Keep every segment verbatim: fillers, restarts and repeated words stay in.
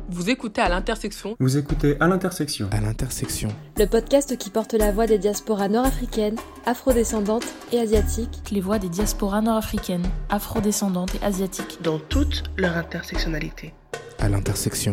Vous écoutez à l'intersection. Vous écoutez à l'intersection. À l'intersection. Le podcast qui porte la voix des diasporas nord-africaines, afrodescendantes et asiatiques. Les voix des diasporas nord-africaines, afrodescendantes et asiatiques. Dans toute leur intersectionnalité. À l'intersection.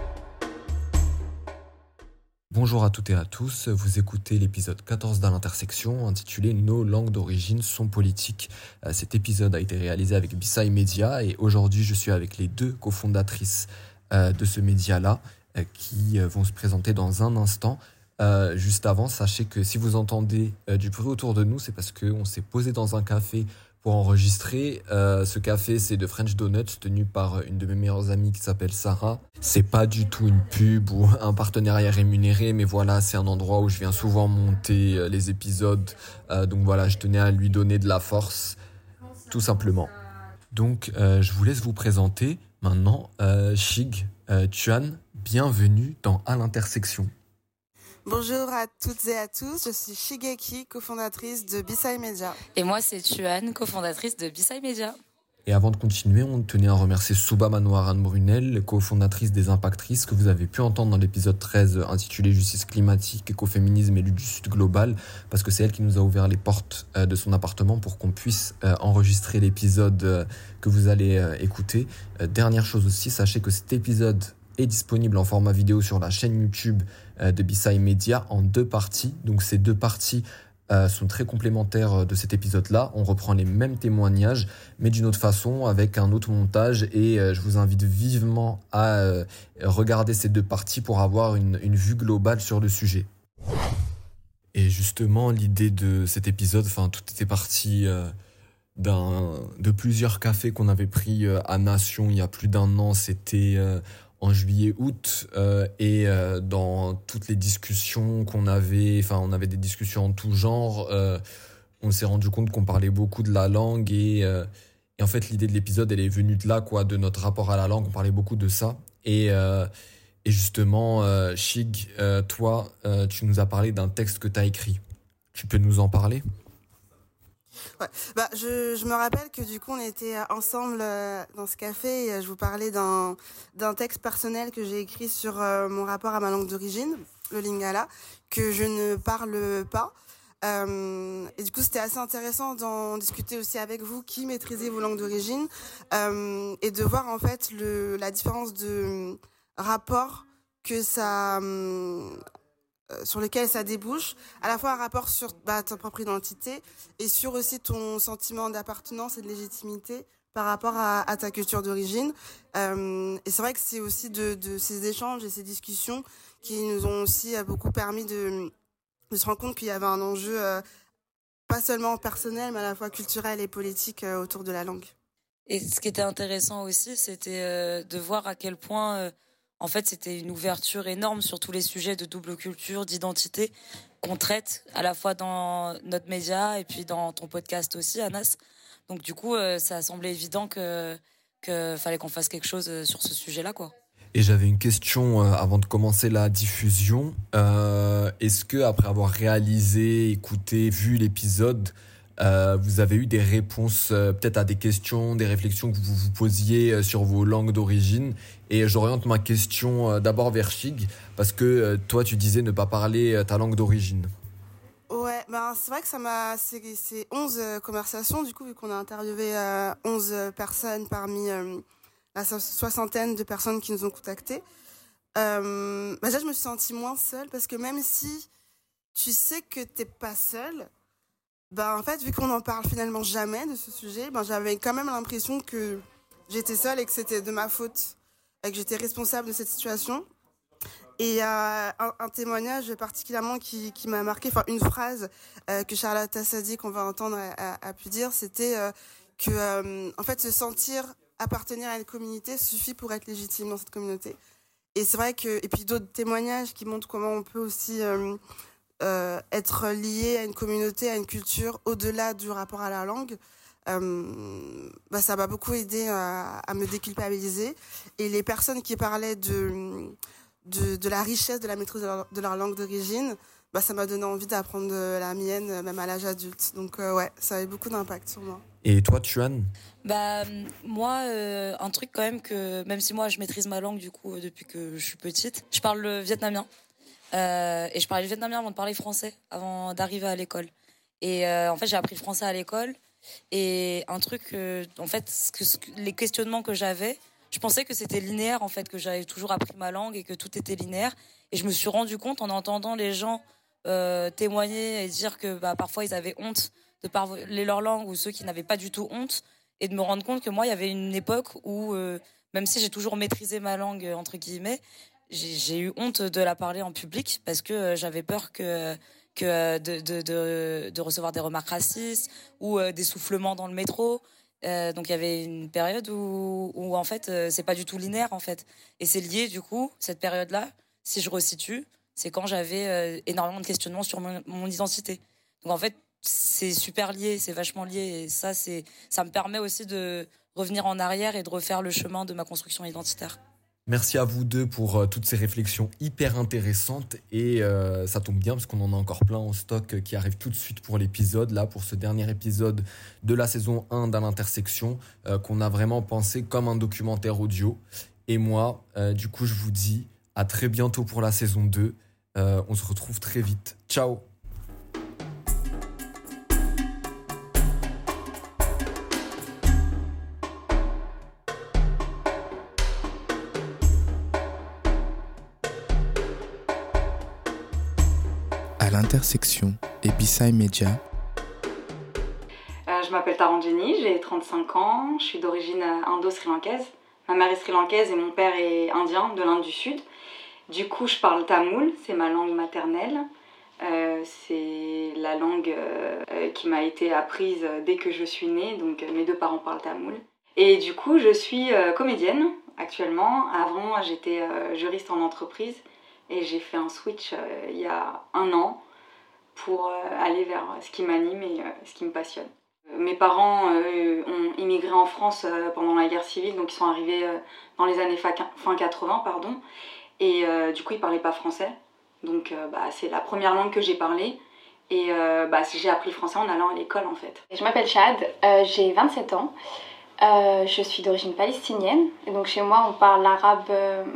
Bonjour à toutes et à tous, vous écoutez l'épisode quatorze d'À l'intersection intitulé « Nos langues d'origine sont politiques ». Cet épisode a été réalisé avec Bisai Media et aujourd'hui je suis avec les deux cofondatrices de ce média-là qui vont se présenter dans un instant. Euh, juste avant, sachez que si vous entendez du bruit autour de nous, c'est parce qu'on s'est posé dans un café pour enregistrer. Euh, ce café, c'est de French Donuts, tenu par une de mes meilleures amies qui s'appelle Sarah. C'est pas du tout une pub ou un partenariat rémunéré, mais voilà, c'est un endroit où je viens souvent monter les épisodes. Euh, donc voilà, je tenais à lui donner de la force, tout simplement. Donc, euh, je vous laisse vous présenter maintenant. Euh, Shig, euh, Tuan, bienvenue dans À l'intersection. Bonjour à toutes et à tous, je suis Shigeki, cofondatrice de Bisai Media. Et moi c'est Tuan, cofondatrice de Bisai Media. Et avant de continuer, on tenait à remercier Souba Manouaran Brunel, cofondatrice des Impactrices, que vous avez pu entendre dans l'épisode treize intitulé Justice climatique, écoféminisme et lutte du Sud global, parce que c'est elle qui nous a ouvert les portes de son appartement pour qu'on puisse enregistrer l'épisode que vous allez écouter. Dernière chose aussi, sachez que cet épisode est disponible en format vidéo sur la chaîne YouTube de Bisai Media en deux parties. Donc ces deux parties euh, sont très complémentaires de cet épisode-là. On reprend les mêmes témoignages, mais d'une autre façon, avec un autre montage. Et euh, je vous invite vivement à euh, regarder ces deux parties pour avoir une, une vue globale sur le sujet. Et justement, l'idée de cet épisode, enfin, tout était parti euh, d'un, de plusieurs cafés qu'on avait pris euh, à Nation il y a plus d'un an. C'était euh, en juillet-août euh, et euh, dans toutes les discussions qu'on avait, enfin on avait des discussions en tout genre, euh, on s'est rendu compte qu'on parlait beaucoup de la langue et, euh, et en fait l'idée de l'épisode elle est venue de là, quoi, de notre rapport à la langue, on parlait beaucoup de ça et, euh, et justement euh, Shig, euh, toi euh, tu nous as parlé d'un texte que tu as écrit, tu peux nous en parler ? Ouais. Bah, je, je me rappelle que du coup on était ensemble euh, dans ce café et euh, je vous parlais d'un, d'un texte personnel que j'ai écrit sur euh, mon rapport à ma langue d'origine, le lingala, que je ne parle pas. Euh, et du coup c'était assez intéressant d'en discuter aussi avec vous qui maîtrisez vos langues d'origine euh, et de voir en fait le, la différence de rapport que ça... Euh, sur lequel ça débouche, à la fois un rapport sur bah, ta propre identité et sur aussi ton sentiment d'appartenance et de légitimité par rapport à, à ta culture d'origine. Euh, et c'est vrai que c'est aussi de, de ces échanges et ces discussions qui nous ont aussi beaucoup permis de, de se rendre compte qu'il y avait un enjeu euh, pas seulement personnel, mais à la fois culturel et politique euh, autour de la langue. Et ce qui était intéressant aussi, c'était euh, de voir à quel point... Euh, En fait, c'était une ouverture énorme sur tous les sujets de double culture, d'identité qu'on traite à la fois dans notre média et puis dans ton podcast aussi, Anas. Donc du coup, euh, ça a semblé évident que que fallait qu'on fasse quelque chose sur ce sujet-là, quoi. Et j'avais une question euh, avant de commencer la diffusion. Euh, est-ce que après avoir réalisé, écouté, vu l'épisode, Euh, vous avez eu des réponses euh, peut-être à des questions, des réflexions que vous vous posiez euh, sur vos langues d'origine. Et j'oriente ma question euh, d'abord vers Shig, parce que euh, toi tu disais ne pas parler euh, ta langue d'origine. Ouais, ben c'est vrai que ça m'a c'est, c'est onze euh, conversations du coup vu qu'on a interviewé euh, onze personnes parmi euh, la soixantaine de personnes qui nous ont contactés. Euh, ben déjà je me suis sentie moins seule parce que même si tu sais que t'es pas seule, ben, en fait, vu qu'on n'en parle finalement jamais de ce sujet, ben, j'avais quand même l'impression que j'étais seule et que c'était de ma faute, et que j'étais responsable de cette situation. Et il y a un, un témoignage particulièrement qui, qui m'a marqué, enfin une phrase euh, que Charlotte Assadi, qu'on va entendre, a, a, a pu dire, c'était euh, que, euh, en fait, se sentir appartenir à une communauté suffit pour être légitime dans cette communauté. Et c'est vrai que, et puis d'autres témoignages qui montrent comment on peut aussi... Euh, Euh, être lié à une communauté, à une culture, au-delà du rapport à la langue, euh, bah, ça m'a beaucoup aidé à, à me déculpabiliser. Et les personnes qui parlaient de, de, de la richesse de la maîtrise de leur, de leur langue d'origine, bah, ça m'a donné envie d'apprendre la mienne, même à l'âge adulte. Donc euh, ouais, ça avait beaucoup d'impact sur moi. Et toi, Tuan ? Bah, moi, euh, un truc quand même que, même si moi je maîtrise ma langue du coup euh, depuis que je suis petite, je parle le vietnamien. Euh, et je parlais le vietnamien avant de parler français, avant d'arriver à l'école. Et euh, en fait, j'ai appris le français à l'école. Et un truc, euh, en fait, ce que, ce que, les questionnements que j'avais, je pensais que c'était linéaire, en fait, que j'avais toujours appris ma langue et que tout était linéaire. Et je me suis rendu compte en entendant les gens euh, témoigner et dire que bah, parfois ils avaient honte de parler leur langue ou ceux qui n'avaient pas du tout honte. Et de me rendre compte que moi, il y avait une époque où, euh, même si j'ai toujours maîtrisé ma langue, entre guillemets, j'ai, j'ai eu honte de la parler en public parce que euh, j'avais peur que, que de, de, de, de recevoir des remarques racistes ou euh, des soufflements dans le métro. Euh, donc il y avait une période où, où en fait, euh, c'est pas du tout linéaire, en fait. Et c'est lié, du coup, cette période-là, si je resitue, c'est quand j'avais euh, énormément de questionnements sur mon, mon identité. Donc en fait, c'est super lié, c'est vachement lié. Et ça, c'est, ça me permet aussi de revenir en arrière et de refaire le chemin de ma construction identitaire. Merci à vous deux pour euh, toutes ces réflexions hyper intéressantes. Et euh, ça tombe bien parce qu'on en a encore plein en stock euh, qui arrivent tout de suite pour l'épisode. Là, pour ce dernier épisode de la saison un d'À l'intersection, euh, qu'on a vraiment pensé comme un documentaire audio. Et moi, euh, du coup, je vous dis à très bientôt pour la saison deux. Euh, on se retrouve très vite. Ciao! À l'intersection et Bisai Media. Euh, je m'appelle Taranjini, j'ai trente-cinq ans, je suis d'origine indo-sri-lankaise. Ma mère est sri-lankaise et mon père est indien de l'Inde du Sud. Du coup, je parle tamoul, c'est ma langue maternelle. Euh, c'est la langue euh, qui m'a été apprise dès que je suis née, donc euh, mes deux parents parlent tamoul. Et du coup, je suis euh, comédienne actuellement. Avant, j'étais euh, juriste en entreprise et j'ai fait un switch euh, il y a un an pour euh, aller vers ce qui m'anime et euh, ce qui me passionne. Mes parents euh, ont immigré en France euh, pendant la guerre civile, donc ils sont arrivés euh, dans les années fin quatre-vingts, pardon, et euh, du coup ils parlaient pas français, donc euh, bah, c'est la première langue que j'ai parlé, et euh, bah, j'ai appris le français en allant à l'école en fait. Je m'appelle Chad, euh, j'ai vingt-sept ans, euh, je suis d'origine palestinienne, et donc chez moi on parle l'arabe, euh,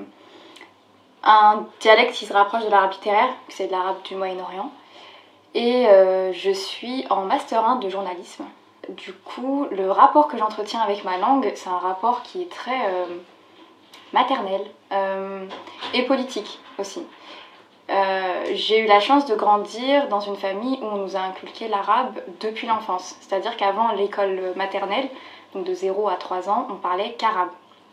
un dialecte qui se rapproche de l'arabe littéraire, c'est de l'arabe du Moyen-Orient, et euh, je suis en master un de journalisme. Du coup, le rapport que j'entretiens avec ma langue, c'est un rapport qui est très euh, maternel euh, et politique aussi. Euh, j'ai eu la chance de grandir dans une famille où on nous a inculqué l'arabe depuis l'enfance. C'est-à-dire qu'avant l'école maternelle, donc de zéro à trois ans, on parlait qu'arabe.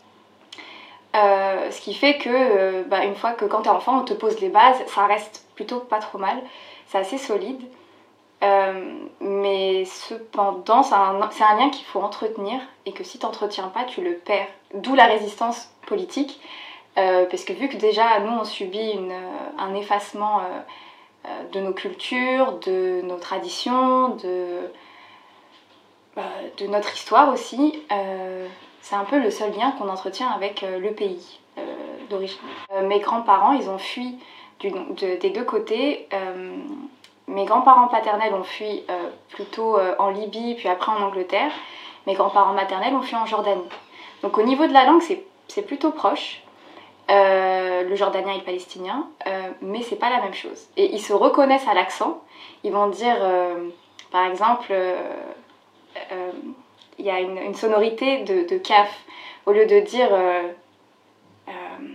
Euh, ce qui fait que, euh, bah, une fois que quand t'es enfant, on te pose les bases, ça reste plutôt pas trop mal, c'est assez solide. Euh, mais cependant, c'est un, c'est un lien qu'il faut entretenir et que si tu n'entretiens pas, tu le perds. D'où la résistance politique, euh, parce que vu que déjà, nous, on subit une, un effacement euh, de nos cultures, de nos traditions, de, euh, de notre histoire aussi, euh, c'est un peu le seul lien qu'on entretient avec euh, le pays euh, d'origine. Euh, mes grands-parents, ils ont fui du, de, des deux côtés. Euh, Mes grands-parents paternels ont fui euh, plutôt euh, en Libye, puis après en Angleterre. Mes grands-parents maternels ont fui en Jordanie. Donc au niveau de la langue, c'est, c'est plutôt proche, euh, le jordanien et le palestinien, euh, mais c'est pas la même chose. Et ils se reconnaissent à l'accent. Ils vont dire, euh, par exemple, il euh, euh, y a une, une sonorité de, de kaf. Au lieu de dire euh, euh,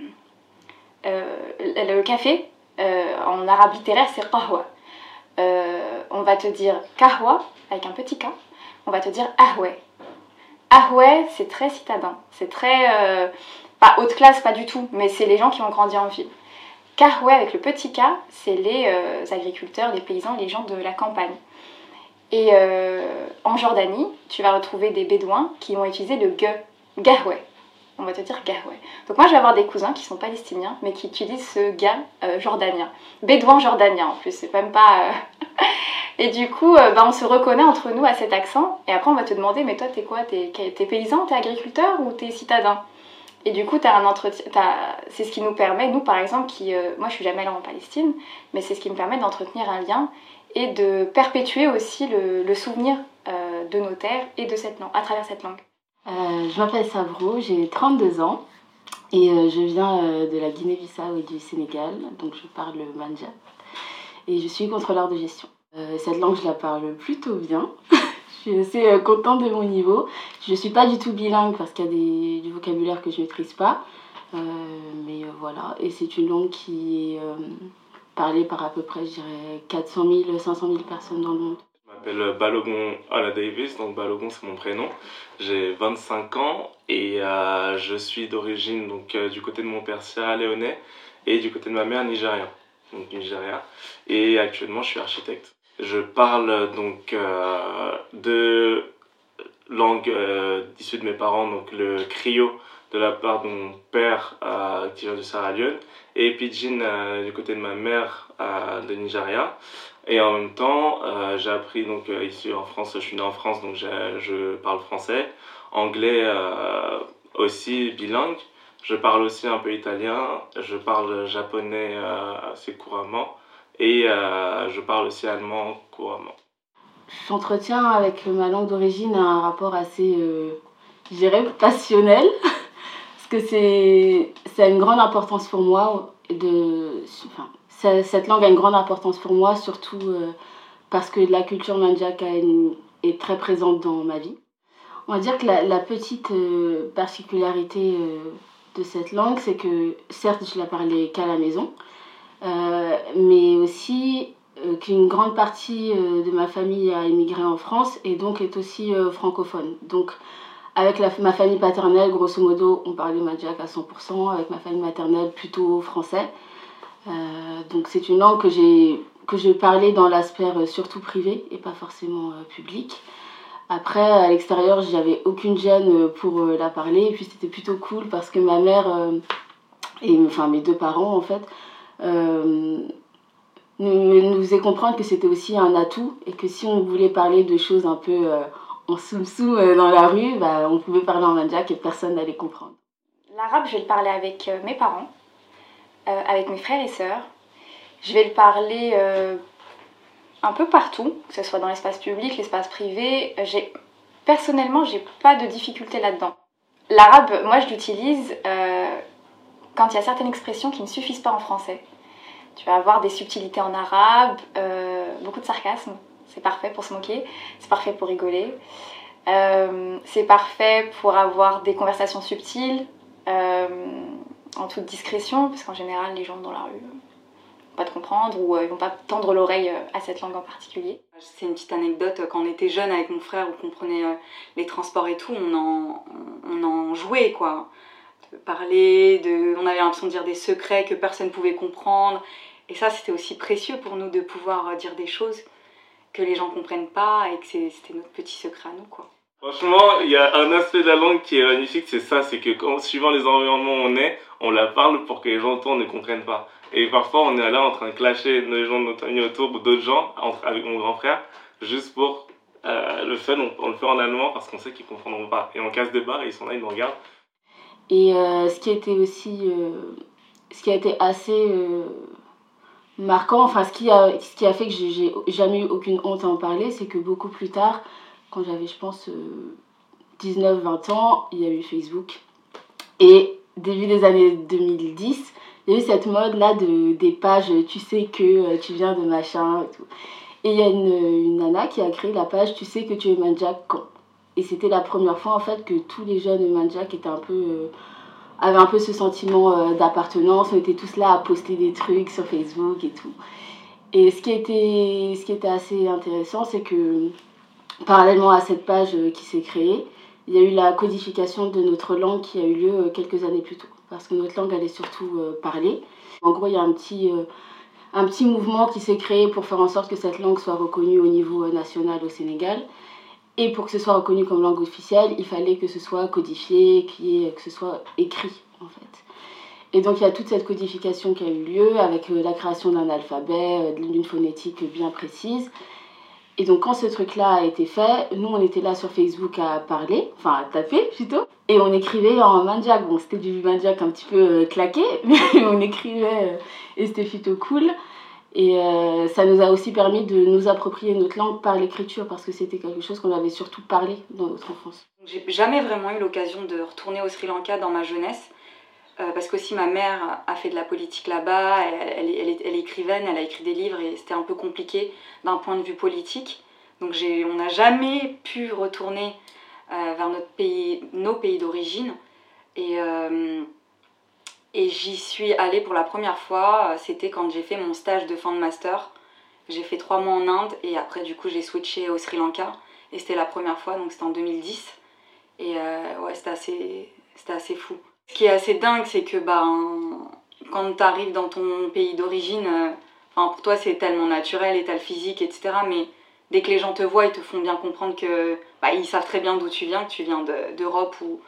euh, le café, euh, en arabe littéraire, c'est qahwa. Euh, on va te dire kahwa avec un petit k, on va te dire ahoué. Ahoué, c'est très citadin, c'est très euh, pas haute classe, pas du tout, mais c'est les gens qui ont grandi en ville. Kahoué avec le petit k, c'est les euh, agriculteurs, les paysans, les gens de la campagne. Et euh, en Jordanie, tu vas retrouver des bédouins qui vont utiliser le ge, gahoué. On va te dire gahoué. Donc moi je vais avoir des cousins qui sont palestiniens mais qui utilisent ce ga euh, jordanien. Bédouin jordanien en plus, c'est même pas... Euh... et du coup, euh, bah, on se reconnaît entre nous à cet accent. Et après on va te demander, mais toi t'es quoi? T'es, t'es paysan, t'es agriculteur ou t'es citadin? Et du coup t'as un entretien... T'as... C'est ce qui nous permet, nous par exemple, qui, euh... moi je suis jamais allée en Palestine, mais c'est ce qui me permet d'entretenir un lien et de perpétuer aussi le, le souvenir euh, de nos terres et de cette langue, à travers cette langue. Euh, je m'appelle Savro, j'ai trente-deux ans et euh, je viens euh, de la Guinée-Bissau et du Sénégal, donc je parle mandja et je suis contrôleur de gestion. Euh, cette langue, je la parle plutôt bien. Je suis assez euh, contente de mon niveau. Je ne suis pas du tout bilingue parce qu'il y a des, du vocabulaire que je ne maîtrise pas. Euh, mais euh, voilà, et c'est une langue qui est euh, parlée par à peu près, je dirais, quatre cent mille, cinq cent mille personnes dans le monde. Je m'appelle Balogun Ola Davis, donc Balogun c'est mon prénom. J'ai vingt-cinq ans et euh, je suis d'origine donc, euh, du côté de mon père sierra-léonais et du côté de ma mère nigérien, donc Nigeria. Et actuellement je suis architecte. Je parle donc euh, de langues euh, issues de mes parents, donc le Krio de la part de mon père euh, qui vient du Sierra Leone et Pidgin euh, du côté de ma mère euh, de Nigeria. Et en même temps, euh, j'ai appris donc euh, ici en France, je suis né en France, donc je parle français, anglais euh, aussi bilingue. Je parle aussi un peu italien, je parle japonais euh, assez couramment et euh, je parle aussi allemand couramment. J'entretiens avec ma langue d'origine un rapport assez, euh, je dirais, passionnel, parce que c'est, ça a une grande importance pour moi. De, enfin, ça, cette langue a une grande importance pour moi, surtout euh, parce que la culture mandjaka est très présente dans ma vie. On va dire que la, la petite euh, particularité euh, de cette langue, c'est que certes, je la parlais qu'à la maison, euh, mais aussi euh, qu'une grande partie euh, de ma famille a émigré en France et donc est aussi euh, francophone. Donc, avec la, ma famille paternelle, grosso modo, on parlait mandjaka à cent pour cent, avec ma famille maternelle, plutôt français. Euh, donc, c'est une langue que, j'ai, que je parlais dans l'aspect euh, surtout privé et pas forcément euh, public. Après, à l'extérieur, j'avais aucune gêne pour euh, la parler. Et puis, c'était plutôt cool parce que ma mère euh, et enfin, mes deux parents, en fait, euh, nous, nous faisaient comprendre que c'était aussi un atout et que si on voulait parler de choses un peu euh, en soum-soum euh, dans la rue, bah, on pouvait parler en mandjak et personne n'allait comprendre. L'arabe, je vais le parler avec euh, mes parents, euh, avec mes frères et sœurs. Je vais le parler euh, un peu partout, que ce soit dans l'espace public, l'espace privé. J'ai, personnellement, j'ai pas de difficulté là-dedans. L'arabe, moi, je l'utilise euh, quand il y a certaines expressions qui ne suffisent pas en français. Tu vas avoir des subtilités en arabe, euh, beaucoup de sarcasme. C'est parfait pour se moquer, c'est parfait pour rigoler. Euh, c'est parfait pour avoir des conversations subtiles, euh, en toute discrétion, parce qu'en général, les gens dans la rue ne vont pas te comprendre ou euh, ils vont pas tendre l'oreille à cette langue en particulier. C'est une petite anecdote, quand on était jeune avec mon frère ou qu'on prenait euh, les transports et tout, on en, on en jouait, quoi. De parler, de, on avait l'impression de dire des secrets que personne ne pouvait comprendre. Et ça, c'était aussi précieux pour nous de pouvoir dire des choses que les gens ne comprennent pas et que c'était notre petit secret à nous, quoi. Franchement, il y a un aspect de la langue qui est magnifique, c'est ça, c'est que quand, suivant les environnements où on est, on la parle pour que les gens autour ne comprennent pas. Et parfois, on est là en train de clasher les gens de notre famille autour ou d'autres gens, entre, avec mon grand frère, juste pour euh, le fun, on, on le fait en allemand parce qu'on sait qu'ils ne comprendront pas. Et on casse des barres et ils sont là, ils nous regardent. Et euh, ce qui a été aussi, euh, ce qui a été assez euh, marquant, enfin ce qui a, ce qui a fait que j'ai, j'ai jamais eu aucune honte à en parler, c'est que beaucoup plus tard, quand j'avais je pense euh, dix-neuf vingt ans, il y a eu Facebook. Et début des années deux mille dix, il y a eu cette mode là de, des pages tu sais que tu viens de machin et tout. Et il y a une, une nana qui a créé la page tu sais que tu es mandjak quand. Et c'était la première fois en fait que tous les jeunes mandjak étaient un peu, euh, avaient un peu ce sentiment euh, d'appartenance. On était tous là à poster des trucs sur Facebook et tout. Et ce qui était, ce qui était assez intéressant, c'est que parallèlement à cette page qui s'est créée, il y a eu la codification de notre langue qui a eu lieu quelques années plus tôt. Parce que notre langue, elle est surtout euh, parlée. En gros, il y a un petit, euh, un petit mouvement qui s'est créé pour faire en sorte que cette langue soit reconnue au niveau euh, national au Sénégal. Et pour que ce soit reconnu comme langue officielle, il fallait que ce soit codifié, qu'il y ait, que ce soit écrit, en fait. Et donc, il y a toute cette codification qui a eu lieu avec euh, la création d'un alphabet, euh, d'une phonétique bien précise. Et donc, quand ce truc-là a été fait, nous, on était là sur Facebook à parler, enfin à taper plutôt, et on écrivait en mandjak. Bon, c'était du mandjak un petit peu euh, claqué, mais on écrivait euh, et c'était plutôt cool. Et euh, ça nous a aussi permis de nous approprier notre langue par l'écriture, parce que c'était quelque chose qu'on avait surtout parlé dans notre enfance. J'ai jamais vraiment eu l'occasion de retourner au Sri Lanka dans ma jeunesse, euh, parce qu'aussi ma mère a fait de la politique là-bas, elle, elle, elle, est, elle est écrivaine, elle a écrit des livres et c'était un peu compliqué d'un point de vue politique. Donc j'ai, on n'a jamais pu retourner euh, vers notre pays, nos pays d'origine. Et, euh, et j'y suis allée pour la première fois, c'était quand j'ai fait mon stage de fin de master. J'ai fait trois mois en Inde et après du coup j'ai switché au Sri Lanka. Et c'était la première fois, donc c'était en deux mille dix. Et euh, ouais, c'était assez, c'était assez fou. Ce qui est assez dingue, c'est que ben, quand tu arrives dans ton pays d'origine, euh, pour toi c'est tellement naturel et t'as le physique, et cetera. Mais dès que les gens te voient, ils te font bien comprendre que bah, ils savent très bien d'où tu viens, que tu viens de, d'Europe ou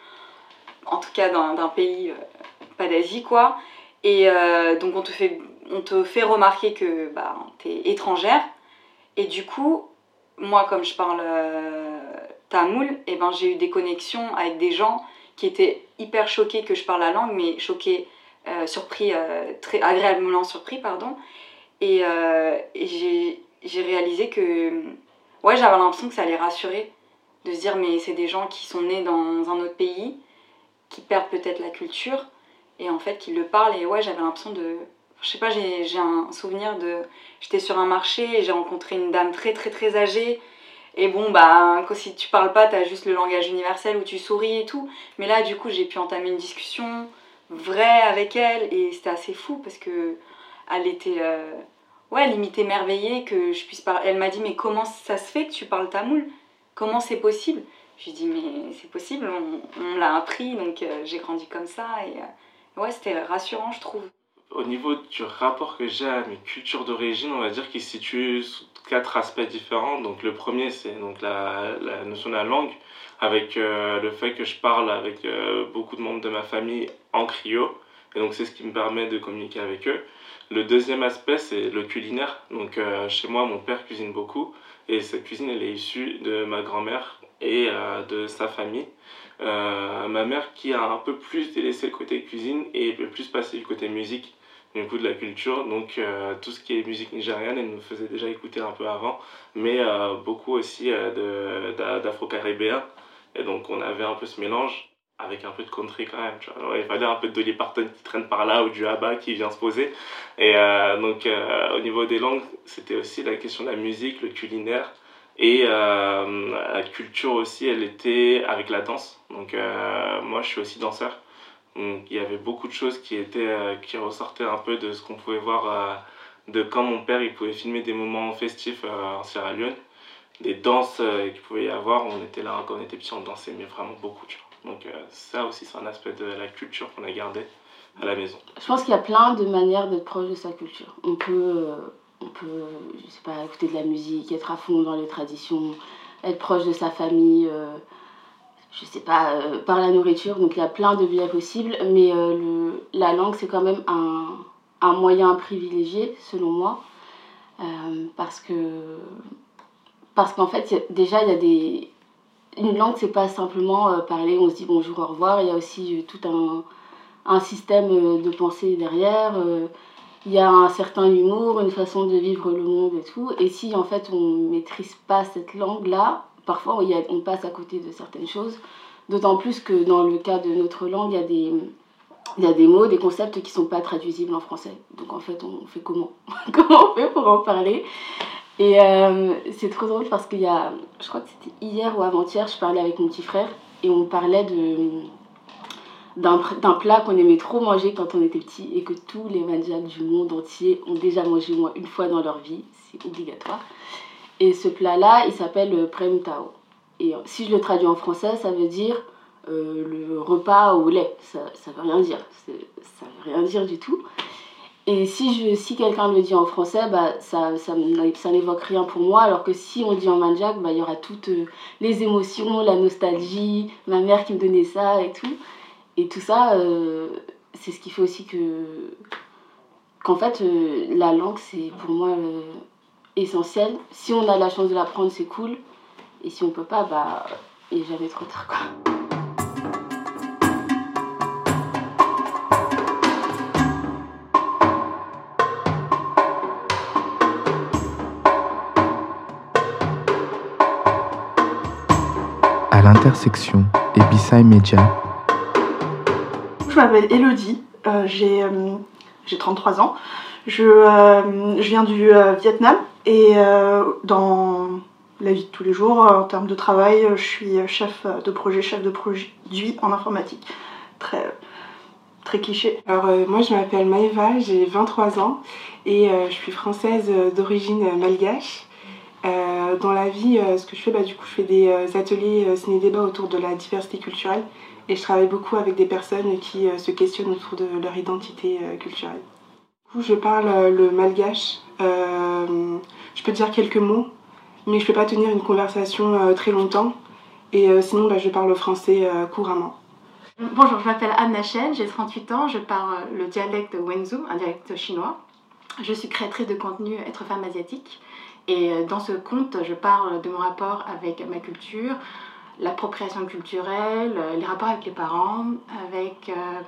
en tout cas d'un, d'un pays euh, pas d'Asie, quoi. Et euh, donc on te fait, on te fait remarquer que bah, t'es étrangère. Et du coup, moi comme je parle euh, tamoul, et ben, j'ai eu des connexions avec des gens qui étaient hyper choqués que je parle la langue, mais choqués, euh, surpris, euh, très agréablement surpris, pardon. Et, euh, et j'ai, j'ai réalisé que ouais, j'avais l'impression que ça les rassurait, de se dire mais c'est des gens qui sont nés dans un autre pays, qui perdent peut-être la culture, et en fait qui le parlent. Et ouais, j'avais l'impression de... Je sais pas, j'ai, j'ai un souvenir de... J'étais sur un marché et j'ai rencontré une dame très très très âgée. Et bon, bah, quand, si tu parles pas, t'as juste le langage universel où tu souris et tout. Mais là, du coup, j'ai pu entamer une discussion vraie avec elle. Et c'était assez fou parce que elle était... Euh, ouais, limite émerveillée que je puisse parler. Elle m'a dit, mais comment ça se fait que tu parles tamoul ? Comment c'est possible ? Je lui ai dit, mais c'est possible, on, on l'a appris, donc euh, j'ai grandi comme ça. Et euh, ouais, c'était rassurant, je trouve. Au niveau du rapport que j'ai à mes cultures d'origine, on va dire qu'il se situe sous quatre aspects différents. Donc le premier, c'est donc la, la notion de la langue, avec euh, le fait que je parle avec euh, beaucoup de membres de ma famille en krio. Et donc c'est ce qui me permet de communiquer avec eux. Le deuxième aspect, c'est le culinaire. Donc euh, chez moi, mon père cuisine beaucoup. Et cette cuisine, elle est issue de ma grand-mère et euh, de sa famille. Euh, ma mère qui a un peu plus délaissé le côté cuisine et un peu plus passé du côté musique, du coup de la culture. Donc euh, tout ce qui est musique nigériane, elle nous faisait déjà écouter un peu avant, mais euh, beaucoup aussi euh, de, d'afro-caribéen. Et donc on avait un peu ce mélange avec un peu de country quand même. Tu vois. Il fallait un peu de Dolly Parton qui traîne par là ou du ABBA qui vient se poser. Et euh, donc euh, au niveau des langues, c'était aussi la question de la musique, le culinaire. Et euh, la culture aussi, elle était avec la danse. Donc euh, moi, je suis aussi danseur. Donc il y avait beaucoup de choses qui, étaient, euh, qui ressortaient un peu de ce qu'on pouvait voir, euh, de quand mon père il pouvait filmer des moments festifs euh, en Sierra Leone. Des danses euh, qu'il pouvait y avoir, on était là, quand on était petit, on dansait, mais vraiment beaucoup. Tu vois. Donc euh, ça aussi, c'est un aspect de la culture qu'on a gardé à la maison. Je pense qu'il y a plein de manières d'être proche de sa culture. On peut... Euh... On peut, je sais pas, écouter de la musique, être à fond dans les traditions, être proche de sa famille, euh, je sais pas, euh, par la nourriture. Donc il y a plein de biais possibles, mais euh, le, la langue, c'est quand même un, un moyen privilégié, selon moi, euh, parce que parce qu'en fait, y a, déjà, il y a des... Une langue, c'est pas simplement euh, parler, on se dit bonjour, au revoir. Il y a aussi euh, tout un, un système de pensée derrière. Euh, Il y a un certain humour, une façon de vivre le monde et tout. Et si en fait on ne maîtrise pas cette langue-là, parfois il y a, on passe à côté de certaines choses. D'autant plus que dans le cas de notre langue, il y a des, il y a des mots, des concepts qui ne sont pas traduisibles en français. Donc en fait, on fait comment Comment on fait pour en parler ? Et euh, c'est trop drôle parce qu'il y a, je crois que c'était hier ou avant-hier, je parlais avec mon petit frère et on parlait de... D'un, d'un plat qu'on aimait trop manger quand on était petit et que tous les Mandjaks du monde entier ont déjà mangé au moins une fois dans leur vie, c'est obligatoire. Et ce plat-là, il s'appelle prem tao. Et si je le traduis en français, ça veut dire euh, le repas au lait. Ça, ça veut rien dire, c'est, ça veut rien dire du tout. Et si, je, si quelqu'un le dit en français, bah, ça, ça, ça n'évoque rien pour moi, alors que si on le dit en Mandjak, bah, il y aura toutes les émotions, la nostalgie, ma mère qui me donnait ça et tout. Et tout ça, euh, c'est ce qui fait aussi que, qu'en fait, euh, la langue, c'est pour moi euh, essentiel. Si on a la chance de l'apprendre, c'est cool. Et si on peut pas, bah, il n'est jamais trop tard, quoi. l'Intersection et B-Side Media. Je m'appelle Elodie, euh, j'ai, euh, j'ai trente-trois ans. Je, euh, je viens du euh, Vietnam et euh, dans la vie de tous les jours, en termes de travail, je suis chef de projet, chef de produit en informatique. Très, très cliché. Alors euh, moi je m'appelle Maëva, j'ai vingt-trois ans et euh, je suis française d'origine malgache. Euh, dans la vie, euh, ce que je fais, bah, du coup je fais des euh, ateliers euh, ciné-débat autour de la diversité culturelle et je travaille beaucoup avec des personnes qui euh, se questionnent autour de leur identité euh, culturelle. Du coup je parle euh, le malgache, euh, je peux dire quelques mots, mais je ne peux pas tenir une conversation euh, très longtemps et euh, sinon bah, je parle français euh, couramment. Bonjour, je m'appelle Anne Nachen, j'ai trente-huit ans, je parle le dialecte Wenzhou, un dialecte chinois. Je suis créatrice de contenu Être femme asiatique et dans ce compte, je parle de mon rapport avec ma culture, l'appropriation culturelle, les rapports avec les parents, avec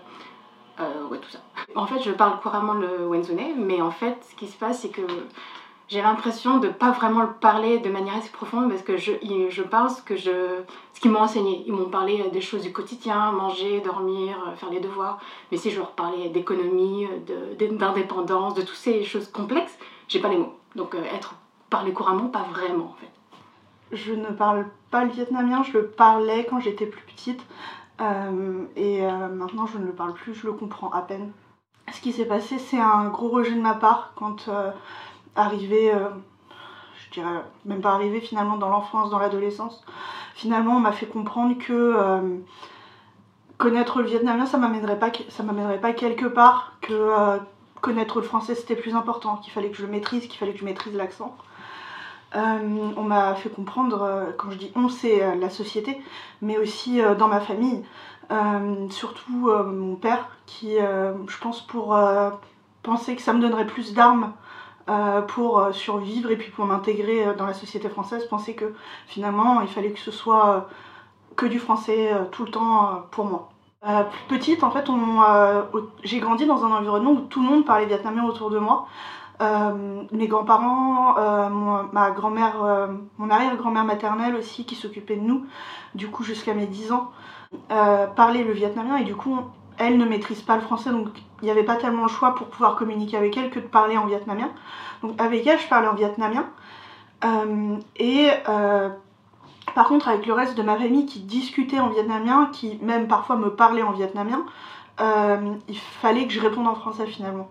euh, euh, ouais, tout ça. En fait, je parle couramment le wenzhounais, mais en fait, ce qui se passe, c'est que j'ai l'impression de ne pas vraiment le parler de manière assez profonde parce que je, je parle ce, que je, ce qu'ils m'ont enseigné. Ils m'ont parlé des choses du quotidien, manger, dormir, faire les devoirs. Mais si je leur parlais d'économie, de, d'indépendance, de toutes ces choses complexes, j'ai pas les mots. Donc être parlé couramment, pas vraiment en fait. Je ne parle pas le vietnamien, je le parlais quand j'étais plus petite. Euh, et euh, maintenant je ne le parle plus, je le comprends à peine. Ce qui s'est passé, c'est un gros rejet de ma part quand... Euh, arrivé, euh, je dirais même pas arrivé finalement dans l'enfance, dans l'adolescence, finalement on m'a fait comprendre que euh, connaître le vietnamien ça m'amènerait pas, ça m'amènerait pas quelque part, que euh, connaître le français c'était plus important, qu'il fallait que je le maîtrise, qu'il fallait que je maîtrise l'accent. Euh, on m'a fait comprendre, euh, quand je dis on c'est euh, la société, mais aussi euh, dans ma famille, euh, surtout euh, mon père qui euh, je pense pour euh, penser que ça me donnerait plus d'armes Euh, pour euh, survivre et puis pour m'intégrer euh, dans la société française, penser que finalement il fallait que ce soit euh, que du français euh, tout le temps euh, pour moi. Euh, plus petite, en fait, on, euh, j'ai grandi dans un environnement où tout le monde parlait vietnamien autour de moi. Euh, mes grands-parents, euh, mon, ma grand-mère, euh, mon arrière-grand-mère maternelle aussi qui s'occupait de nous, du coup jusqu'à mes dix ans, euh, parlaient le vietnamien et du coup on, elle ne maîtrise pas le français, donc il n'y avait pas tellement le choix pour pouvoir communiquer avec elle que de parler en vietnamien. Donc avec elle, je parlais en vietnamien. Euh, et euh, par contre, avec le reste de ma famille qui discutait en vietnamien, qui même parfois me parlait en vietnamien, euh, il fallait que je réponde en français finalement.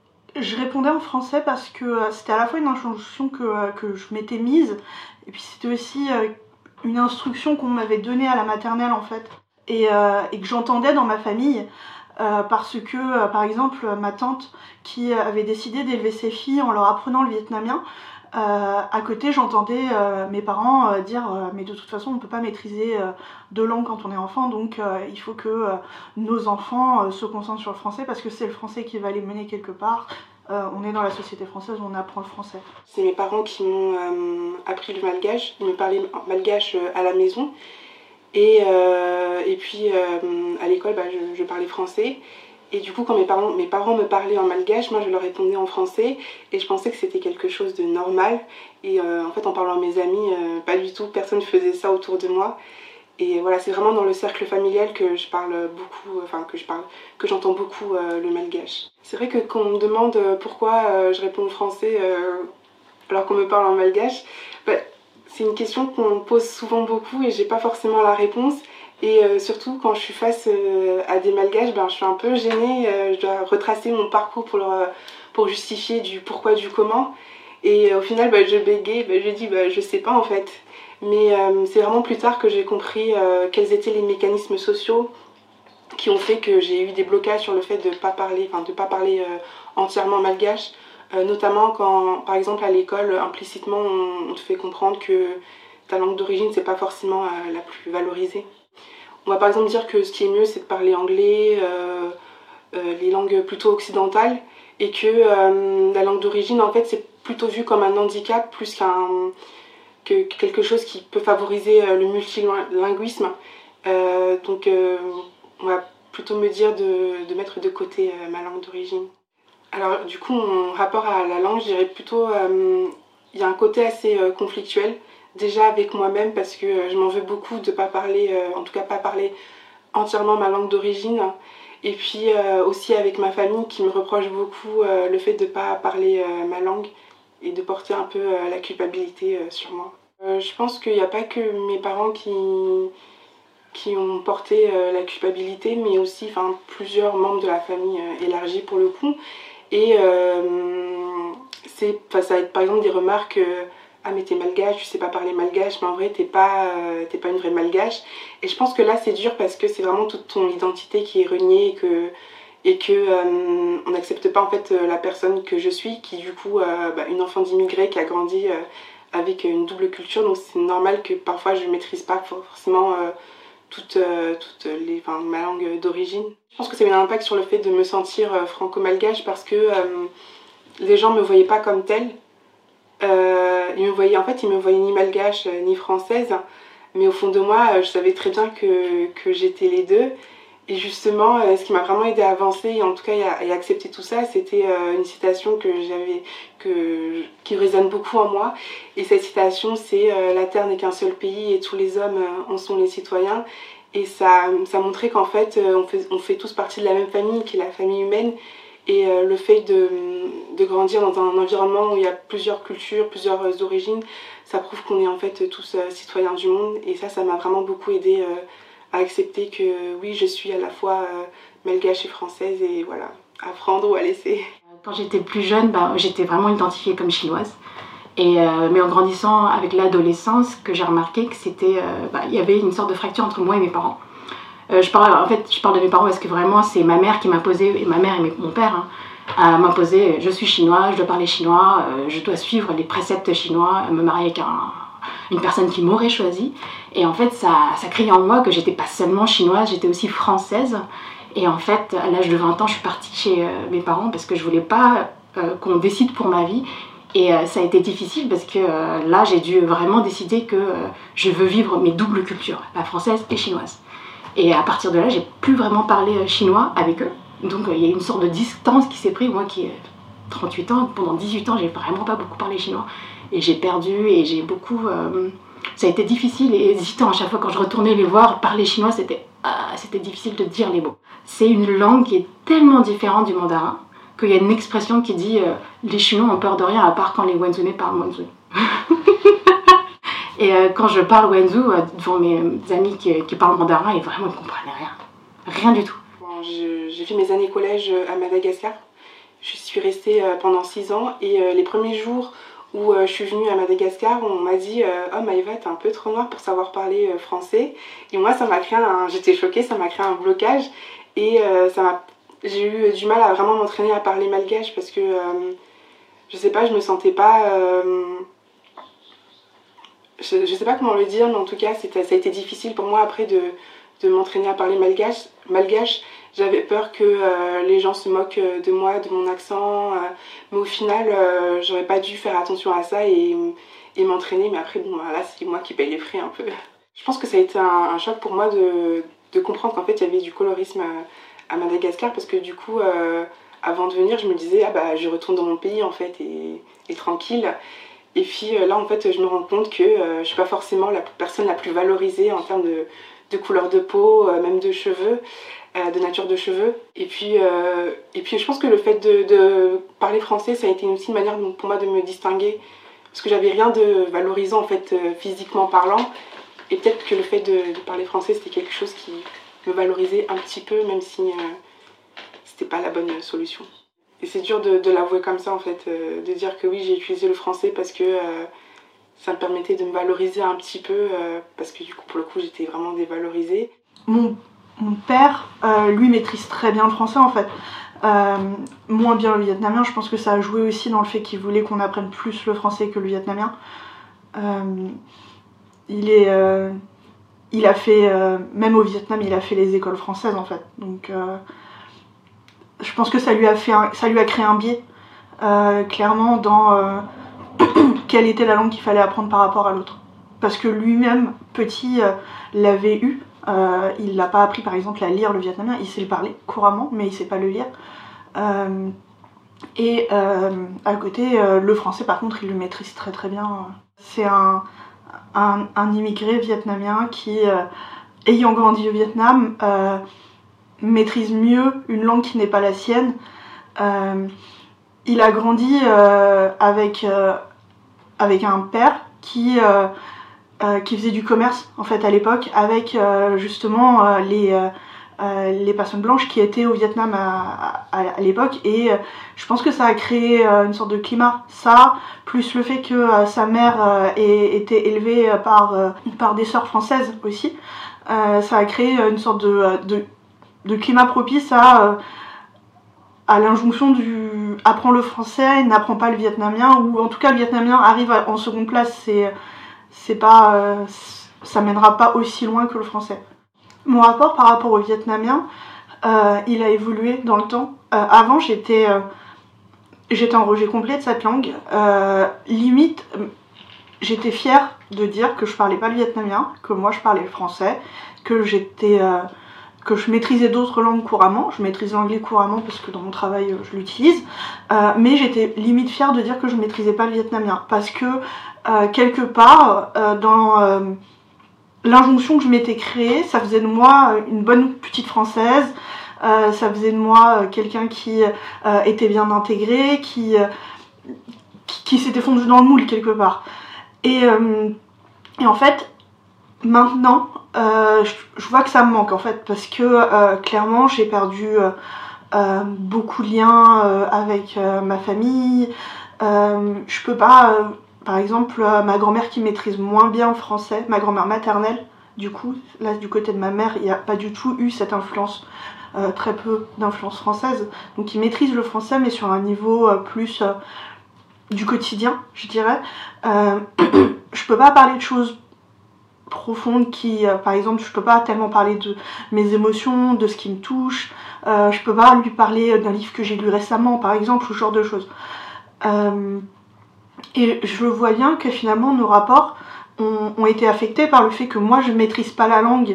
Je répondais en français parce que c'était à la fois une injonction que, que je m'étais mise, et puis c'était aussi une instruction qu'on m'avait donnée à la maternelle en fait. Et, euh, et que j'entendais dans ma famille euh, parce que, euh, par exemple, ma tante qui avait décidé d'élever ses filles en leur apprenant le vietnamien, euh, à côté j'entendais euh, mes parents euh, dire euh, mais de toute façon on ne peut pas maîtriser euh, deux langues quand on est enfant, donc euh, il faut que euh, nos enfants euh, se concentrent sur le français parce que c'est le français qui va les mener quelque part. Euh, on est dans la société française où on apprend le français. C'est mes parents qui m'ont euh, appris le malgache, ils me parlaient malgache à la maison. Et, euh, et puis euh, à l'école, bah, je, je parlais français. Et du coup, quand mes parents, mes parents me parlaient en malgache, moi je leur répondais en français. Et je pensais que c'était quelque chose de normal. Et euh, en fait, en parlant à mes amis, euh, pas du tout, personne ne faisait ça autour de moi. Et voilà, c'est vraiment dans le cercle familial que je parle beaucoup, enfin que je parle, que j'entends beaucoup euh, le malgache. C'est vrai que quand on me demande pourquoi euh, je réponds en français euh, alors qu'on me parle en malgache, bah, c'est une question qu'on me pose souvent beaucoup et j'ai pas forcément la réponse. Et euh, surtout quand je suis face euh, à des malgaches, ben, je suis un peu gênée, euh, je dois retracer mon parcours pour, leur, pour justifier du pourquoi, du comment. Et euh, au final, ben, je bégaye, ben, je dis ben, je sais pas en fait. Mais euh, c'est vraiment plus tard que j'ai compris euh, quels étaient les mécanismes sociaux qui ont fait que j'ai eu des blocages sur le fait de pas parler, enfin de pas parler euh, entièrement malgache. Euh, notamment quand, par exemple, à l'école, implicitement, on, on te fait comprendre que ta langue d'origine, c'est pas forcément euh, la plus valorisée. On va par exemple dire que ce qui est mieux, c'est de parler anglais, euh, euh, les langues plutôt occidentales, et que euh, la langue d'origine, en fait, c'est plutôt vu comme un handicap plus qu'un, que quelque chose qui peut favoriser euh, le multilinguisme. Euh, donc, euh, on va plutôt me dire de, de mettre de côté euh, ma langue d'origine. Alors du coup, mon rapport à la langue, je dirais plutôt, euh, il y a un côté assez euh, conflictuel. déjà avec moi-même parce que euh, je m'en veux beaucoup de pas parler, euh, en tout cas pas parler entièrement ma langue d'origine. Et puis euh, aussi avec ma famille qui me reproche beaucoup euh, le fait de ne pas parler euh, ma langue et de porter un peu euh, la culpabilité euh, sur moi. Euh, je pense qu'il n'y a pas que mes parents qui, qui ont porté euh, la culpabilité, mais aussi enfin, plusieurs membres de la famille euh, élargie pour le coup. Et euh, c'est, ça va être par exemple des remarques euh, ah mais t'es malgache, tu sais pas parler malgache, mais en vrai t'es pas, euh, t'es pas une vraie malgache. Et je pense que là c'est dur parce que c'est vraiment toute ton identité qui est reniée et que, et que euh, on n'accepte pas en fait la personne que je suis, qui du coup euh, bah, une enfant d'immigré qui a grandi euh, avec une double culture, donc c'est normal que parfois je maîtrise pas forcément euh, toute, euh, toute les, enfin, ma langue d'origine. Je pense que ça a eu un impact sur le fait de me sentir euh, franco-malgache parce que euh, les gens me voyaient pas comme telle. Euh, ils me voyaient, en fait, ils me voyaient ni malgache euh, ni française, mais au fond de moi, euh, je savais très bien que, que j'étais les deux. Et justement, euh, ce qui m'a vraiment aidé à avancer, et en tout cas à, à accepter tout ça, c'était euh, une citation que j'avais, que, qui résonne beaucoup en moi. Et cette citation, c'est euh, « La terre n'est qu'un seul pays et tous les hommes euh, en sont les citoyens ». Et ça, ça montrait qu'en fait, euh, on fait, on fait tous partie de la même famille, qui est la famille humaine. Et euh, le fait de, de grandir dans un environnement où il y a plusieurs cultures, plusieurs euh, origines, ça prouve qu'on est en fait tous euh, citoyens du monde. Et ça, ça m'a vraiment beaucoup aidé euh, à accepter que oui, je suis à la fois euh, malgache et française et voilà, à prendre ou à laisser. Quand j'étais plus jeune, bah, j'étais vraiment identifiée comme chinoise. Et, euh, mais en grandissant avec l'adolescence, que j'ai remarqué que c'était, euh, bah, y avait une sorte de fracture entre moi et mes parents. Euh, je, parle, en fait, je parle de mes parents parce que vraiment c'est ma mère qui m'a posé, et ma mère et mes, mon père, hein, m'a posé, je suis chinois, je dois parler chinois, euh, je dois suivre les préceptes chinois, me marier avec un, une personne qui m'aurait choisi. Et en fait, ça, ça criait en moi que j'étais pas seulement chinoise, j'étais aussi française. Et en fait, à l'âge de vingt ans, je suis partie chez euh, mes parents parce que je voulais pas euh, qu'on décide pour ma vie. Et euh, ça a été difficile parce que euh, là, j'ai dû vraiment décider que euh, je veux vivre mes doubles cultures, la française et chinoise. Et à partir de là, j'ai plus vraiment parlé chinois avec eux. Donc il euh, y a une sorte de distance qui s'est prise. Moi qui ai trente-huit ans, pendant dix-huit ans, j'ai vraiment pas beaucoup parlé chinois. Et j'ai perdu et j'ai beaucoup... Euh, ça a été difficile et hésitant à chaque fois quand je retournais les voir. Parler chinois, c'était, ah, c'était difficile de dire les mots. C'est une langue qui est tellement différente du mandarin qu'il y a une expression qui dit euh, « les Chinois ont peur de rien à part quand les Wenzhounais parlent Wenzhou ». Et euh, quand je parle Wenzhou euh, devant mes amis qui, qui parlent mandarin, ils vraiment ne comprenaient rien. Rien du tout. Bon, je, j'ai fait mes années collège à Madagascar. Je suis restée euh, pendant six ans et euh, les premiers jours où euh, je suis venue à Madagascar, on m'a dit euh, « Oh Maëva, t'es un peu trop noire pour savoir parler euh, français ». Et moi, ça m'a créé un... J'étais choquée, ça m'a créé un blocage. Et euh, ça m'a... j'ai eu du mal à vraiment m'entraîner à parler malgache parce que, euh, je sais pas, je me sentais pas... Euh... Je, je sais pas comment le dire, mais en tout cas, c'était, ça a été difficile pour moi après de, de m'entraîner à parler malgache. malgache. J'avais peur que euh, les gens se moquent de moi, de mon accent, euh, mais au final, euh, j'aurais pas dû faire attention à ça et, et m'entraîner. Mais après, bon, là, c'est moi qui paye les frais un peu. Je pense que ça a été un, un choc pour moi de, de comprendre qu'en fait, il y avait du colorisme à, à Madagascar parce que du coup, euh, avant de venir, je me disais, ah bah, je retourne dans mon pays en fait et, et tranquille. Et puis là, en fait, je me rends compte que euh, je ne suis pas forcément la personne la plus valorisée en termes de, de couleur de peau, euh, même de cheveux, euh, de nature de cheveux. Et puis, euh, et puis je pense que le fait de, de parler français, ça a été aussi une manière pour moi de me distinguer. Parce que j'avais rien de valorisant, en fait, euh, physiquement parlant. Et peut-être que le fait de, de parler français, c'était quelque chose qui me valorisait un petit peu, même si euh, c'était pas la bonne solution. Et c'est dur de, de l'avouer comme ça en fait, euh, de dire que oui j'ai utilisé le français parce que euh, ça me permettait de me valoriser un petit peu, euh, parce que du coup pour le coup j'étais vraiment dévalorisée. Mon, mon père, euh, lui maîtrise très bien le français en fait, euh, moins bien le vietnamien, je pense que ça a joué aussi dans le fait qu'il voulait qu'on apprenne plus le français que le vietnamien. Euh, il, est, euh, il a fait, euh, même au Vietnam il a fait les écoles françaises en fait, donc... Euh, je pense que ça lui a, fait un, ça lui a créé un biais, euh, clairement, dans euh, quelle était la langue qu'il fallait apprendre par rapport à l'autre. Parce que lui-même, petit, euh, l'avait eu. Euh, il n'a pas appris, par exemple, à lire le vietnamien. Il sait le parler couramment, mais il ne sait pas le lire. Euh, et euh, à côté, euh, le français, par contre, il le maîtrise très très bien. C'est un, un, un immigré vietnamien qui, euh, ayant grandi au Vietnam, euh, maîtrise mieux une langue qui n'est pas la sienne. Euh, il a grandi euh, avec, euh, avec un père qui, euh, euh, qui faisait du commerce en fait à l'époque avec euh, justement euh, les, euh, les personnes blanches qui étaient au Vietnam à, à, à l'époque, et euh, je pense que ça a créé euh, une sorte de climat, ça, plus le fait que euh, sa mère euh, ait été élevée par, euh, par des sœurs françaises aussi, euh, ça a créé une sorte de, de, de climat propice à, euh, à l'injonction du « apprends le français, n'apprends pas le vietnamien », ou en tout cas le vietnamien arrive en seconde place, c'est, c'est pas, euh, ça mènera pas aussi loin que le français. Mon rapport par rapport au vietnamien, euh, il a évolué dans le temps. Euh, avant, j'étais, euh, j'étais en rejet complet de cette langue. Euh, limite, j'étais fière de dire que je parlais pas le vietnamien, que moi je parlais le français, que j'étais, euh, que je maîtrisais d'autres langues couramment. Je maîtrise l'anglais couramment parce que dans mon travail je l'utilise. Euh, mais j'étais limite fière de dire que je maîtrisais pas le vietnamien parce que euh, quelque part euh, dans euh, l'injonction que je m'étais créée, ça faisait de moi une bonne petite française, euh, ça faisait de moi quelqu'un qui euh, était bien intégré, qui, euh, qui, qui s'était fondu dans le moule quelque part. Et, euh, et en fait, maintenant, euh, je, je vois que ça me manque en fait, parce que euh, clairement j'ai perdu euh, euh, beaucoup de liens euh, avec euh, ma famille. Euh, je peux pas... Euh, Par exemple, euh, ma grand-mère qui maîtrise moins bien le français, ma grand-mère maternelle, du coup, là du côté de ma mère, il n'y a pas du tout eu cette influence, euh, très peu d'influence française. Donc il maîtrise le français, mais sur un niveau euh, plus euh, du quotidien, je dirais. Euh, je peux pas parler de choses profondes qui, euh, par exemple, je peux pas tellement parler de mes émotions, de ce qui me touche. Euh, je peux pas lui parler d'un livre que j'ai lu récemment, par exemple, ou ce genre de choses. Euh, Et je vois bien que finalement nos rapports ont, ont été affectés par le fait que moi je ne maîtrise pas la langue.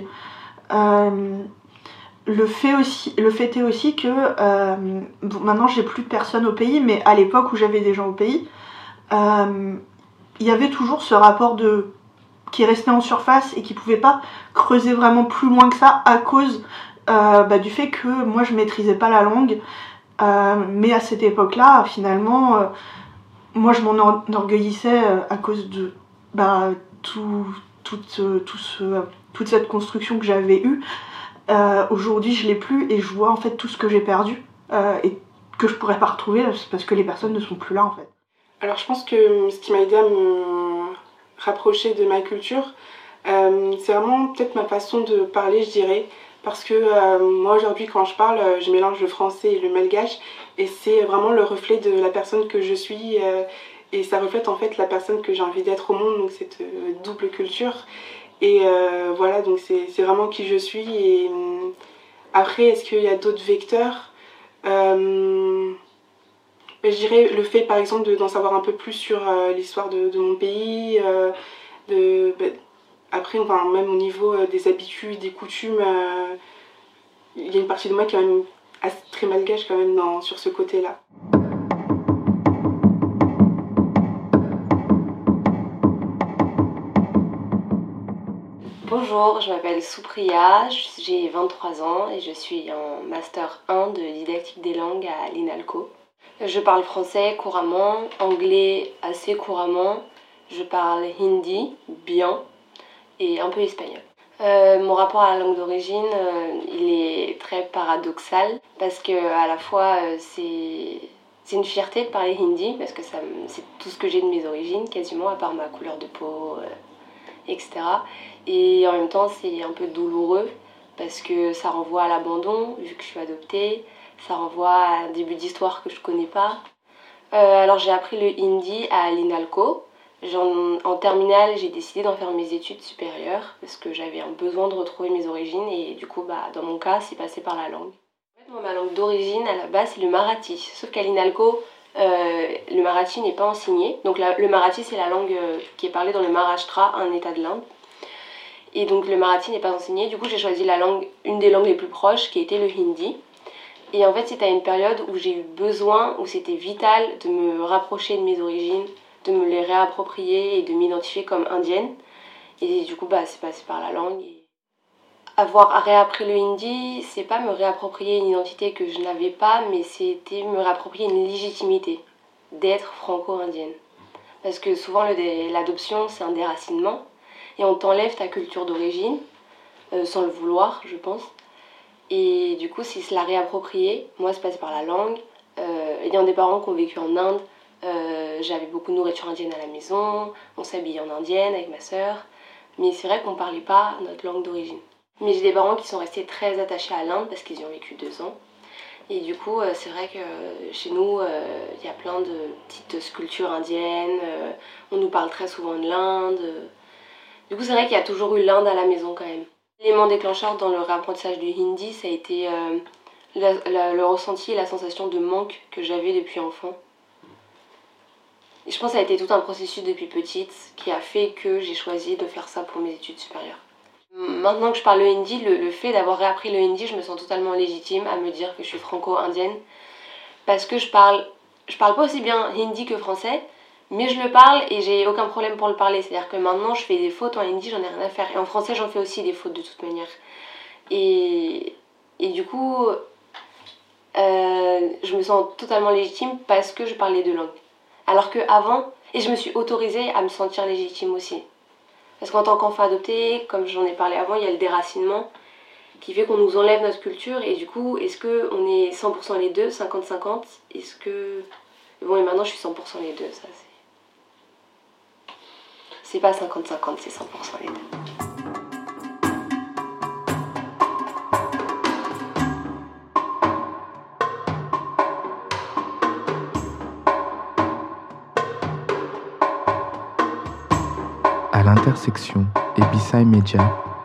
Euh, le, fait aussi, le fait est aussi que euh, bon, maintenant j'ai plus de personnes au pays, mais à l'époque où j'avais des gens au pays, euh, il y avait toujours ce rapport de, qui restait en surface et qui ne pouvait pas creuser vraiment plus loin que ça à cause euh, bah, du fait que moi je ne maîtrisais pas la langue. Euh, mais à cette époque-là, finalement... Euh, moi je m'en enorgueillissais à cause de bah, tout, toute, tout ce, toute cette construction que j'avais eue. Euh, aujourd'hui je l'ai plus et je vois en fait tout ce que j'ai perdu euh, et que je pourrais pas retrouver parce que les personnes ne sont plus là en fait. Alors je pense que ce qui m'a aidé à me rapprocher de ma culture, euh, c'est vraiment peut-être ma façon de parler, je dirais. Parce que euh, moi aujourd'hui quand je parle, je mélange le français et le malgache et c'est vraiment le reflet de la personne que je suis euh, et ça reflète en fait la personne que j'ai envie d'être au monde, donc cette euh, double culture. Et euh, voilà, donc c'est, c'est vraiment qui je suis. Et euh, après, est-ce qu'il y a d'autres vecteurs euh, Je dirais le fait par exemple de, d'en savoir un peu plus sur euh, l'histoire de, de mon pays, euh, de... Bah, après, enfin, même au niveau euh, des habitudes, des coutumes, euh, il y a une partie de moi qui est quand même assez, très malgache quand même dans, sur ce côté-là. Bonjour, je m'appelle Soupriya, j'ai vingt-trois ans et je suis en Master un de didactique des langues à l'INALCO. Je parle français couramment, anglais assez couramment, je parle hindi bien, et un peu espagnol. Euh, mon rapport à la langue d'origine, euh, il est très paradoxal parce que à la fois euh, c'est, c'est une fierté de parler hindi parce que ça, c'est tout ce que j'ai de mes origines quasiment à part ma couleur de peau, euh, et cetera. Et en même temps c'est un peu douloureux parce que ça renvoie à l'abandon vu que je suis adoptée, ça renvoie à un début d'histoire que je connais pas. Euh, alors j'ai appris le hindi à l'INALCO. J'en, en terminale, j'ai décidé d'en faire mes études supérieures parce que j'avais un besoin de retrouver mes origines et du coup, bah, dans mon cas, c'est passé par la langue. En fait, moi, ma langue d'origine, à la base, c'est le marathi. Sauf qu'à l'INALCO, euh, le marathi n'est pas enseigné. Donc la, le marathi, c'est la langue euh, qui est parlée dans le Maharashtra, un état de l'Inde. Et donc le marathi n'est pas enseigné. Du coup, j'ai choisi la langue, une des langues les plus proches, qui était le hindi. Et en fait, c'était à une période où j'ai eu besoin, où c'était vital de me rapprocher de mes origines, de me les réapproprier et de m'identifier comme indienne. Et du coup, bah, c'est passé par la langue. Et avoir réappris le hindi, c'est pas me réapproprier une identité que je n'avais pas, mais c'était me réapproprier une légitimité d'être franco-indienne. Parce que souvent, le, l'adoption, c'est un déracinement. Et on t'enlève ta culture d'origine, euh, sans le vouloir, je pense. Et du coup, c'est se la réapproprier. Moi, c'est passé par la langue. Euh, ayant des parents qui ont vécu en Inde, euh, j'avais beaucoup de nourriture indienne à la maison. On s'habillait en indienne avec ma sœur. Mais c'est vrai qu'on ne parlait pas notre langue d'origine. Mais j'ai des parents qui sont restés très attachés à l'Inde parce qu'ils y ont vécu deux ans. Et du coup, euh, c'est vrai que euh, chez nous, il euh, y a plein de petites sculptures indiennes. Euh, on nous parle très souvent de l'Inde. Du coup, c'est vrai qu'il y a toujours eu l'Inde à la maison quand même. L'élément déclencheur dans le réapprentissage du hindi, ça a été euh, la, la, le ressenti et la sensation de manque que j'avais depuis enfant. Et je pense que ça a été tout un processus depuis petite qui a fait que j'ai choisi de faire ça pour mes études supérieures. Maintenant que je parle le hindi, le, le fait d'avoir réappris le hindi, je me sens totalement légitime à me dire que je suis franco-indienne. Parce que je parle, je parle pas aussi bien hindi que français, mais je le parle et j'ai aucun problème pour le parler. C'est-à-dire que maintenant je fais des fautes en hindi, j'en ai rien à faire. Et en français, j'en fais aussi des fautes de toute manière. Et, et du coup, euh, je me sens totalement légitime parce que je parle les deux langues. Alors qu'avant, et je me suis autorisée à me sentir légitime aussi. Parce qu'en tant qu'enfant adopté, comme j'en ai parlé avant, il y a le déracinement qui fait qu'on nous enlève notre culture. Et du coup, est-ce qu'on est cent pour cent les deux, cinquante cinquante? Est-ce que... Bon, et maintenant je suis cent pour cent les deux, ça c'est... C'est pas cinquante cinquante, c'est cent pour cent les deux. À l'intersection Ebissai Media.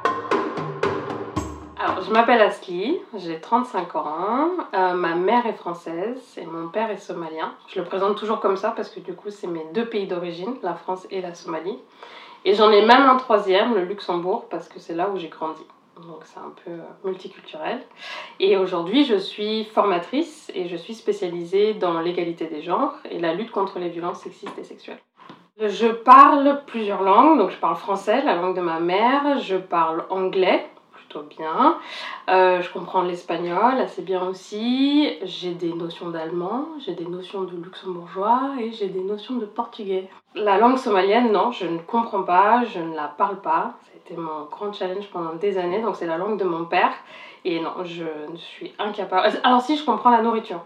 Alors, je m'appelle Asli, j'ai trente-cinq ans, euh, ma mère est française et mon père est somalien. Je le présente toujours comme ça parce que du coup c'est mes deux pays d'origine, la France et la Somalie. Et j'en ai même un troisième, le Luxembourg, parce que c'est là où j'ai grandi. Donc c'est un peu multiculturel. Et aujourd'hui je suis formatrice et je suis spécialisée dans l'égalité des genres et la lutte contre les violences sexistes et sexuelles. Je parle plusieurs langues, donc je parle français, la langue de ma mère, je parle anglais, plutôt bien, euh, je comprends l'espagnol assez bien aussi, j'ai des notions d'allemand, j'ai des notions de luxembourgeois et j'ai des notions de portugais. La langue somalienne, non, je ne comprends pas, je ne la parle pas, ça a été mon grand challenge pendant des années, donc c'est la langue de mon père, et non, je suis incapable. Alors si, je comprends la nourriture.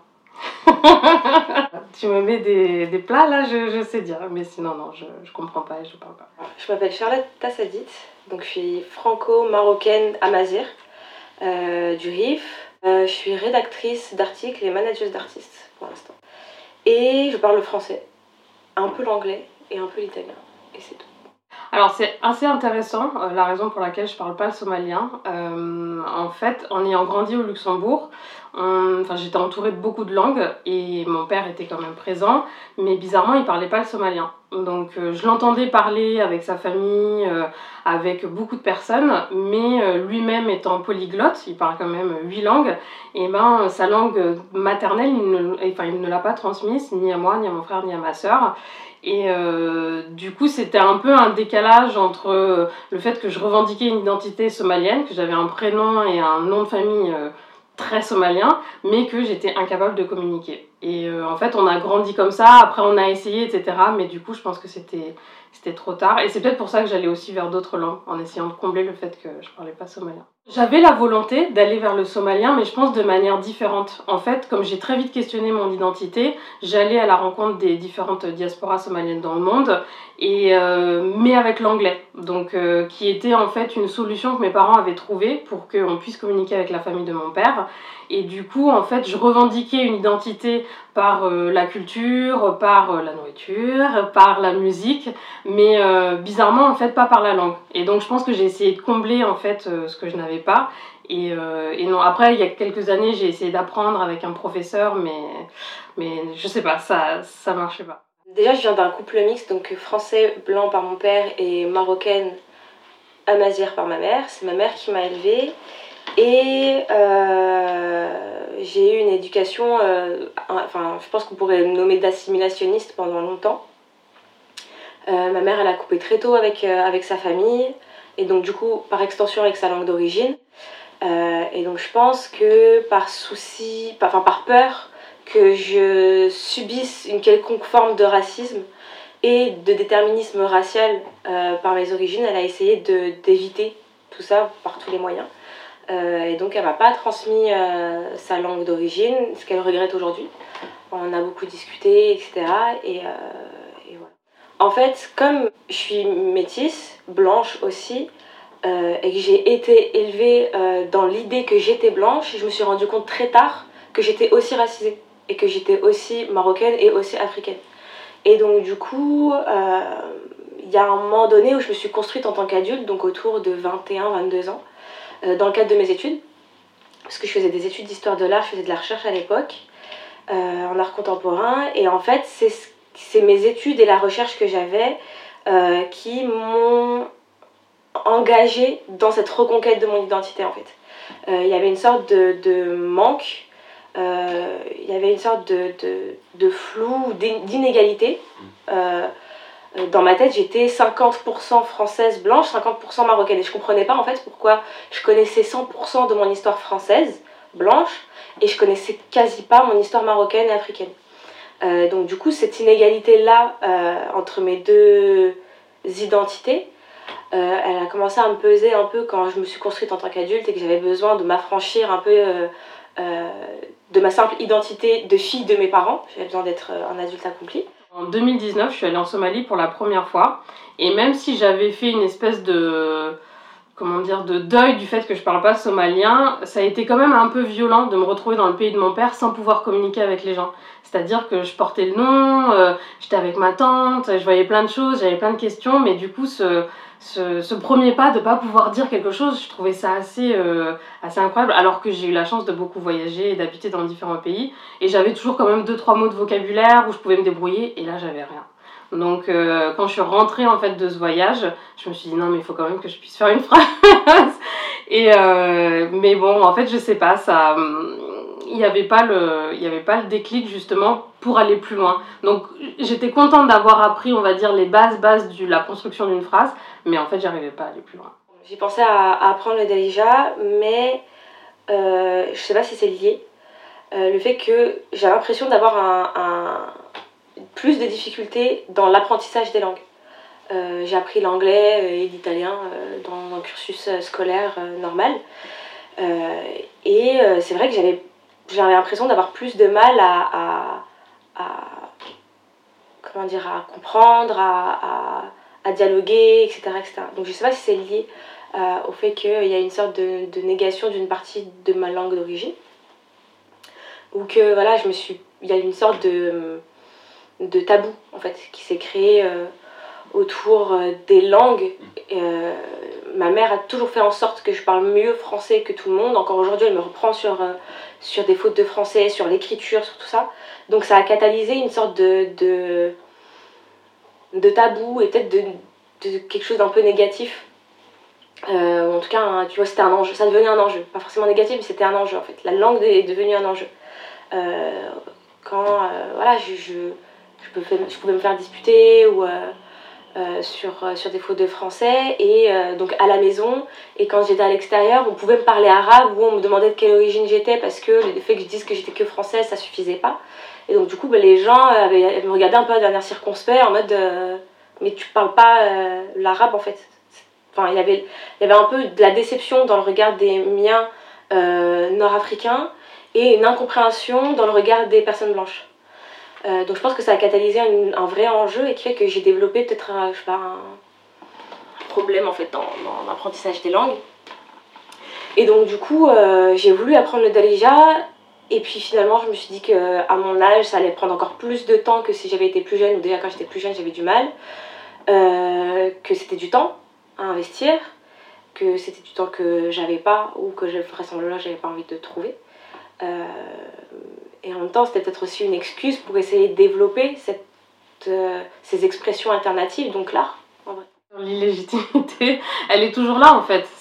Tu me mets des, des plats là, je, je sais dire, mais sinon non, je, je comprends pas et je parle pas. Je m'appelle Charlotte Tassadit, donc je suis franco-marocaine amazigh euh, du R I F. Euh, je suis rédactrice d'articles et manageuse d'artistes pour l'instant. Et je parle le français, un peu l'anglais et un peu l'italien, et c'est tout. Alors c'est assez intéressant, euh, la raison pour laquelle je parle pas le somalien. Euh, en fait, en ayant grandi au Luxembourg, on... enfin, j'étais entourée de beaucoup de langues et mon père était quand même présent, mais bizarrement il parlait pas le somalien. Donc euh, je l'entendais parler avec sa famille, euh, avec beaucoup de personnes, mais euh, lui-même étant polyglotte, il parle quand même huit langues, et ben sa langue maternelle, il ne, enfin, il ne l'a pas transmise ni à moi, ni à mon frère, ni à ma sœur. Et euh, du coup, c'était un peu un décalage entre le fait que je revendiquais une identité somalienne, que j'avais un prénom et un nom de famille euh, très somalien, mais que j'étais incapable de communiquer. Et euh, en fait, on a grandi comme ça, après on a essayé, et cetera. Mais du coup, je pense que c'était, c'était trop tard. Et c'est peut-être pour ça que j'allais aussi vers d'autres langues, en essayant de combler le fait que je parlais pas somalien. J'avais la volonté d'aller vers le somalien, mais je pense de manière différente. En fait, comme j'ai très vite questionné mon identité, j'allais à la rencontre des différentes diasporas somaliennes dans le monde, et euh, mais avec l'anglais, donc euh, qui était en fait une solution que mes parents avaient trouvée pour qu'on puisse communiquer avec la famille de mon père. Et du coup, en fait, je revendiquais une identité par euh, la culture, par euh, la nourriture, par la musique, mais euh, bizarrement, en fait, pas par la langue. Et donc, je pense que j'ai essayé de combler, en fait, euh, ce que je n'avais pas. Et, euh, et non, après, il y a quelques années, j'ai essayé d'apprendre avec un professeur, mais, mais je sais pas, ça, ça marchait pas. Déjà, je viens d'un couple mixte, donc français blanc par mon père et marocaine amazigh par ma mère. C'est ma mère qui m'a élevée. Et euh, j'ai eu une éducation, euh, enfin, je pense qu'on pourrait le nommer d'assimilationniste pendant longtemps. Euh, ma mère, elle a coupé très tôt avec, euh, avec sa famille, et donc du coup, par extension, avec sa langue d'origine. Euh, et donc je pense que par souci, enfin par peur que je subisse une quelconque forme de racisme et de déterminisme racial euh, par mes origines, elle a essayé de, d'éviter tout ça par tous les moyens. Euh, et donc elle m'a pas transmis euh, sa langue d'origine, ce qu'elle regrette aujourd'hui. On en a beaucoup discuté, et cetera. Et, euh, et voilà. En fait, comme je suis métisse, blanche aussi, euh, et que j'ai été élevée euh, dans l'idée que j'étais blanche, je me suis rendu compte très tard que j'étais aussi racisée et que j'étais aussi marocaine et aussi africaine. Et donc du coup, il euh, y a un moment donné où je me suis construite en tant qu'adulte, donc autour de vingt et un vingt-deux ans, euh, dans le cadre de mes études, parce que je faisais des études d'histoire de l'art, je faisais de la recherche à l'époque, euh, en art contemporain, et en fait c'est, c'est mes études et la recherche que j'avais euh, qui m'ont engagée dans cette reconquête de mon identité en fait. Il euh, y avait une sorte de, de manque, il euh, y avait une sorte de, de, de flou, d'inégalité. Euh, dans ma tête, j'étais cinquante pour cent française blanche, cinquante pour cent marocaine. Et je ne comprenais pas en fait pourquoi je connaissais cent pour cent de mon histoire française, blanche, et je connaissais quasi pas mon histoire marocaine et africaine. Euh, donc du coup, cette inégalité-là euh, entre mes deux identités, euh, elle a commencé à me peser un peu quand je me suis construite en tant qu'adulte et que j'avais besoin de m'affranchir un peu euh, euh, de ma simple identité de fille de mes parents. J'avais besoin d'être un adulte accompli. En deux mille dix-neuf, je suis allée en Somalie pour la première fois. Et même si j'avais fait une espèce de, comment dire, de deuil du fait que je parle pas somalien, ça a été quand même un peu violent de me retrouver dans le pays de mon père sans pouvoir communiquer avec les gens. C'est-à-dire que je portais le nom, euh, j'étais avec ma tante, je voyais plein de choses, j'avais plein de questions, mais du coup, ce, ce, ce premier pas de pas pouvoir dire quelque chose, je trouvais ça assez, euh, assez incroyable, alors que j'ai eu la chance de beaucoup voyager et d'habiter dans différents pays. Et j'avais toujours quand même deux, trois mots de vocabulaire où je pouvais me débrouiller, et là, j'avais rien. Donc euh, quand je suis rentrée en fait de ce voyage, je me suis dit non mais il faut quand même que je puisse faire une phrase. Et euh, mais bon en fait je sais pas, ça, il n'y avait pas le, il y avait pas le déclic justement pour aller plus loin. Donc j'étais contente d'avoir appris on va dire les bases bases de la construction d'une phrase, mais en fait j'arrivais pas à aller plus loin. J'ai pensé à, à apprendre le Darija, mais euh, je sais pas si c'est lié. Euh, le fait que j'ai l'impression d'avoir un, un plus de difficultés dans l'apprentissage des langues. Euh, j'ai appris l'anglais et l'italien euh, dans un cursus scolaire euh, normal. Euh, et euh, c'est vrai que j'avais, j'avais l'impression d'avoir plus de mal à, à, à, comment dire, à comprendre, à, à, à dialoguer, et cetera, et cetera. Donc je ne sais pas si c'est lié euh, au fait qu'il y a une sorte de, de négation d'une partie de ma langue d'origine. Ou que voilà, je me suis, il y a une sorte de... de tabou en fait qui s'est créé euh, autour euh, des langues. Euh, ma mère a toujours fait en sorte que je parle mieux français que tout le monde. Encore aujourd'hui elle me reprend sur, euh, sur des fautes de français, sur l'écriture, sur tout ça. Donc ça a catalysé une sorte de, de, de tabou et peut-être de, de quelque chose d'un peu négatif. Euh, en tout cas hein, tu vois c'était un enjeu, ça devenait un enjeu, pas forcément négatif mais c'était un enjeu en fait. La langue est devenue un enjeu. Euh, quand euh, voilà je, je Je, peux, je pouvais me faire disputer ou, euh, euh, sur, sur des fautes de français et euh, donc à la maison, et quand j'étais à l'extérieur on pouvait me parler arabe ou on me demandait de quelle origine j'étais parce que le fait que je dise que j'étais que française ça suffisait pas, et donc du coup bah, les gens avaient, me regardaient un peu d'un air circonspect en mode euh, mais tu parles pas euh, l'arabe en fait. Enfin il y avait, il y avait un peu de la déception dans le regard des miens euh, nord-africains et une incompréhension dans le regard des personnes blanches. Euh, donc je pense que ça a catalysé un, un vrai enjeu et qui fait que j'ai développé peut-être un, je sais pas, un problème en fait dans, dans l'apprentissage des langues. Et donc du coup euh, j'ai voulu apprendre le Darija et puis finalement je me suis dit qu'à mon âge ça allait prendre encore plus de temps que si j'avais été plus jeune, ou déjà quand j'étais plus jeune j'avais du mal, euh, que c'était du temps à investir, que c'était du temps que j'avais pas ou que vraisemblablement j'avais pas envie de trouver. Euh, et en même temps c'était peut-être aussi une excuse pour essayer de développer cette, euh, ces expressions alternatives, donc l'art en vrai. L'illégitimité, elle est toujours là en fait.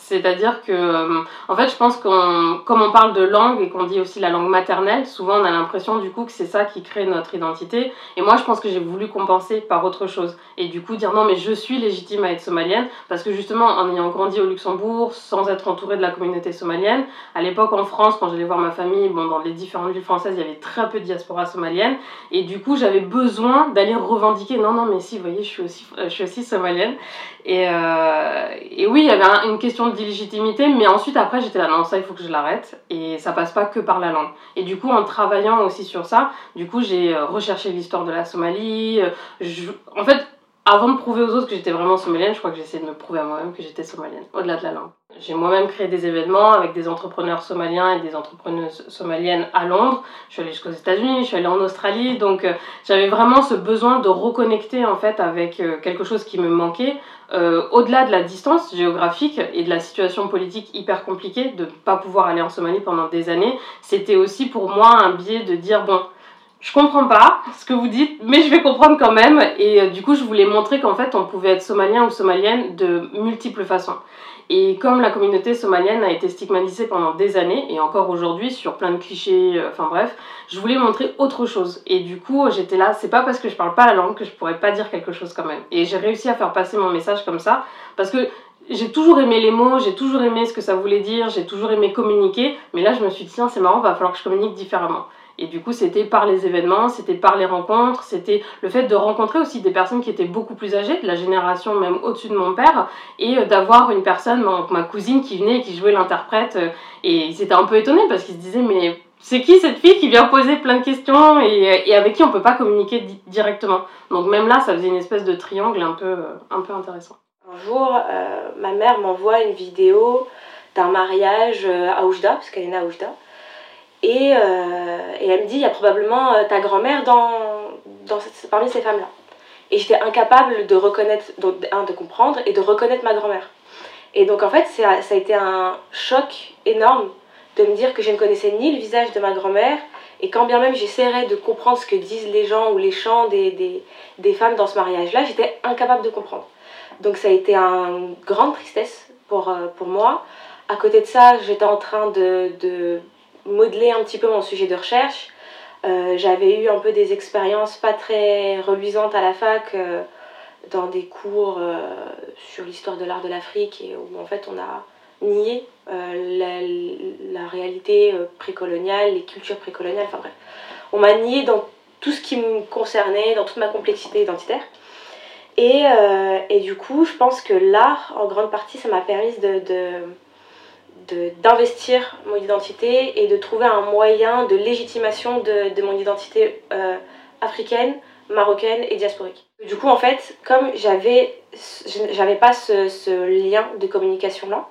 C'est-à-dire que, euh, en fait, je pense qu'on, comme on parle de langue et qu'on dit aussi la langue maternelle, souvent on a l'impression du coup que c'est ça qui crée notre identité. Et moi, je pense que j'ai voulu compenser par autre chose. Et du coup, dire non, mais je suis légitime à être somalienne, parce que justement, en ayant grandi au Luxembourg, sans être entourée de la communauté somalienne, à l'époque en France, quand j'allais voir ma famille, bon, dans les différentes villes françaises, il y avait très peu de diaspora somalienne. Et du coup, j'avais besoin d'aller revendiquer, non, non, mais si, vous voyez, je suis aussi, je suis aussi somalienne. Et, euh, et oui, il y avait un, une question d'illégitimité, mais ensuite, après, j'étais là, non, ça, il faut que je l'arrête. Et ça passe pas que par la langue. Et du coup, en travaillant aussi sur ça, du coup, j'ai recherché l'histoire de la Somalie. Je, en fait, avant de prouver aux autres que j'étais vraiment somalienne, je crois que j'essayais de me prouver à moi-même que j'étais somalienne, au-delà de la langue. J'ai moi-même créé des événements avec des entrepreneurs somaliens et des entrepreneuses somaliennes à Londres. Je suis allée jusqu'aux États-Unis, je suis allée en Australie, donc euh, j'avais vraiment ce besoin de reconnecter en fait avec euh, quelque chose qui me manquait, euh, au-delà de la distance géographique et de la situation politique hyper compliquée, de ne pas pouvoir aller en Somalie pendant des années. C'était aussi pour moi un biais de dire bon, je comprends pas ce que vous dites, mais je vais comprendre quand même. Et euh, du coup, je voulais montrer qu'en fait, on pouvait être somalien ou somalienne de multiples façons. Et comme la communauté somalienne a été stigmatisée pendant des années, et encore aujourd'hui, sur plein de clichés, euh, enfin bref, je voulais montrer autre chose. Et du coup, j'étais là, c'est pas parce que je parle pas la langue que je pourrais pas dire quelque chose quand même. Et j'ai réussi à faire passer mon message comme ça, parce que j'ai toujours aimé les mots, j'ai toujours aimé ce que ça voulait dire, j'ai toujours aimé communiquer, mais là, je me suis dit, tiens, c'est marrant, va falloir que je communique différemment. Et du coup, c'était par les événements, c'était par les rencontres, c'était le fait de rencontrer aussi des personnes qui étaient beaucoup plus âgées, de la génération même au-dessus de mon père, et d'avoir une personne, ma cousine, qui venait et qui jouait l'interprète. Et ils étaient un peu étonnés parce qu'ils se disaient, mais c'est qui cette fille qui vient poser plein de questions et, et avec qui on peut pas communiquer di- directement. Donc même là, ça faisait une espèce de triangle un peu, un peu intéressant. Un jour, euh, ma mère m'envoie une vidéo d'un mariage à Oujda, parce qu'elle est née à Oujda. Et, euh, et elle me dit, il y a probablement euh, ta grand-mère dans, dans cette, parmi ces femmes-là. Et j'étais incapable de reconnaître, donc, un, de comprendre et de reconnaître ma grand-mère. Et donc en fait, ça, ça a été un choc énorme de me dire que je ne connaissais ni le visage de ma grand-mère, et quand bien même j'essaierais de comprendre ce que disent les gens ou les chants des, des, des femmes dans ce mariage-là, j'étais incapable de comprendre. Donc ça a été une grande tristesse pour, pour moi. À côté de ça, j'étais en train de... de modeler un petit peu mon sujet de recherche. Euh, j'avais eu un peu des expériences pas très reluisantes à la fac, euh, dans des cours euh, sur l'histoire de l'art de l'Afrique, et où en fait on a nié euh, la, la réalité précoloniale, les cultures précoloniales, enfin bref. On m'a nié dans tout ce qui me concernait, dans toute ma complexité identitaire. Et, euh, et du coup, je pense que l'art, en grande partie, ça m'a permis de... de De, d'investir mon identité et de trouver un moyen de légitimation de, de mon identité euh, africaine, marocaine et diasporique. Du coup, en fait, comme j'avais, j'avais pas ce, ce lien de communication-là,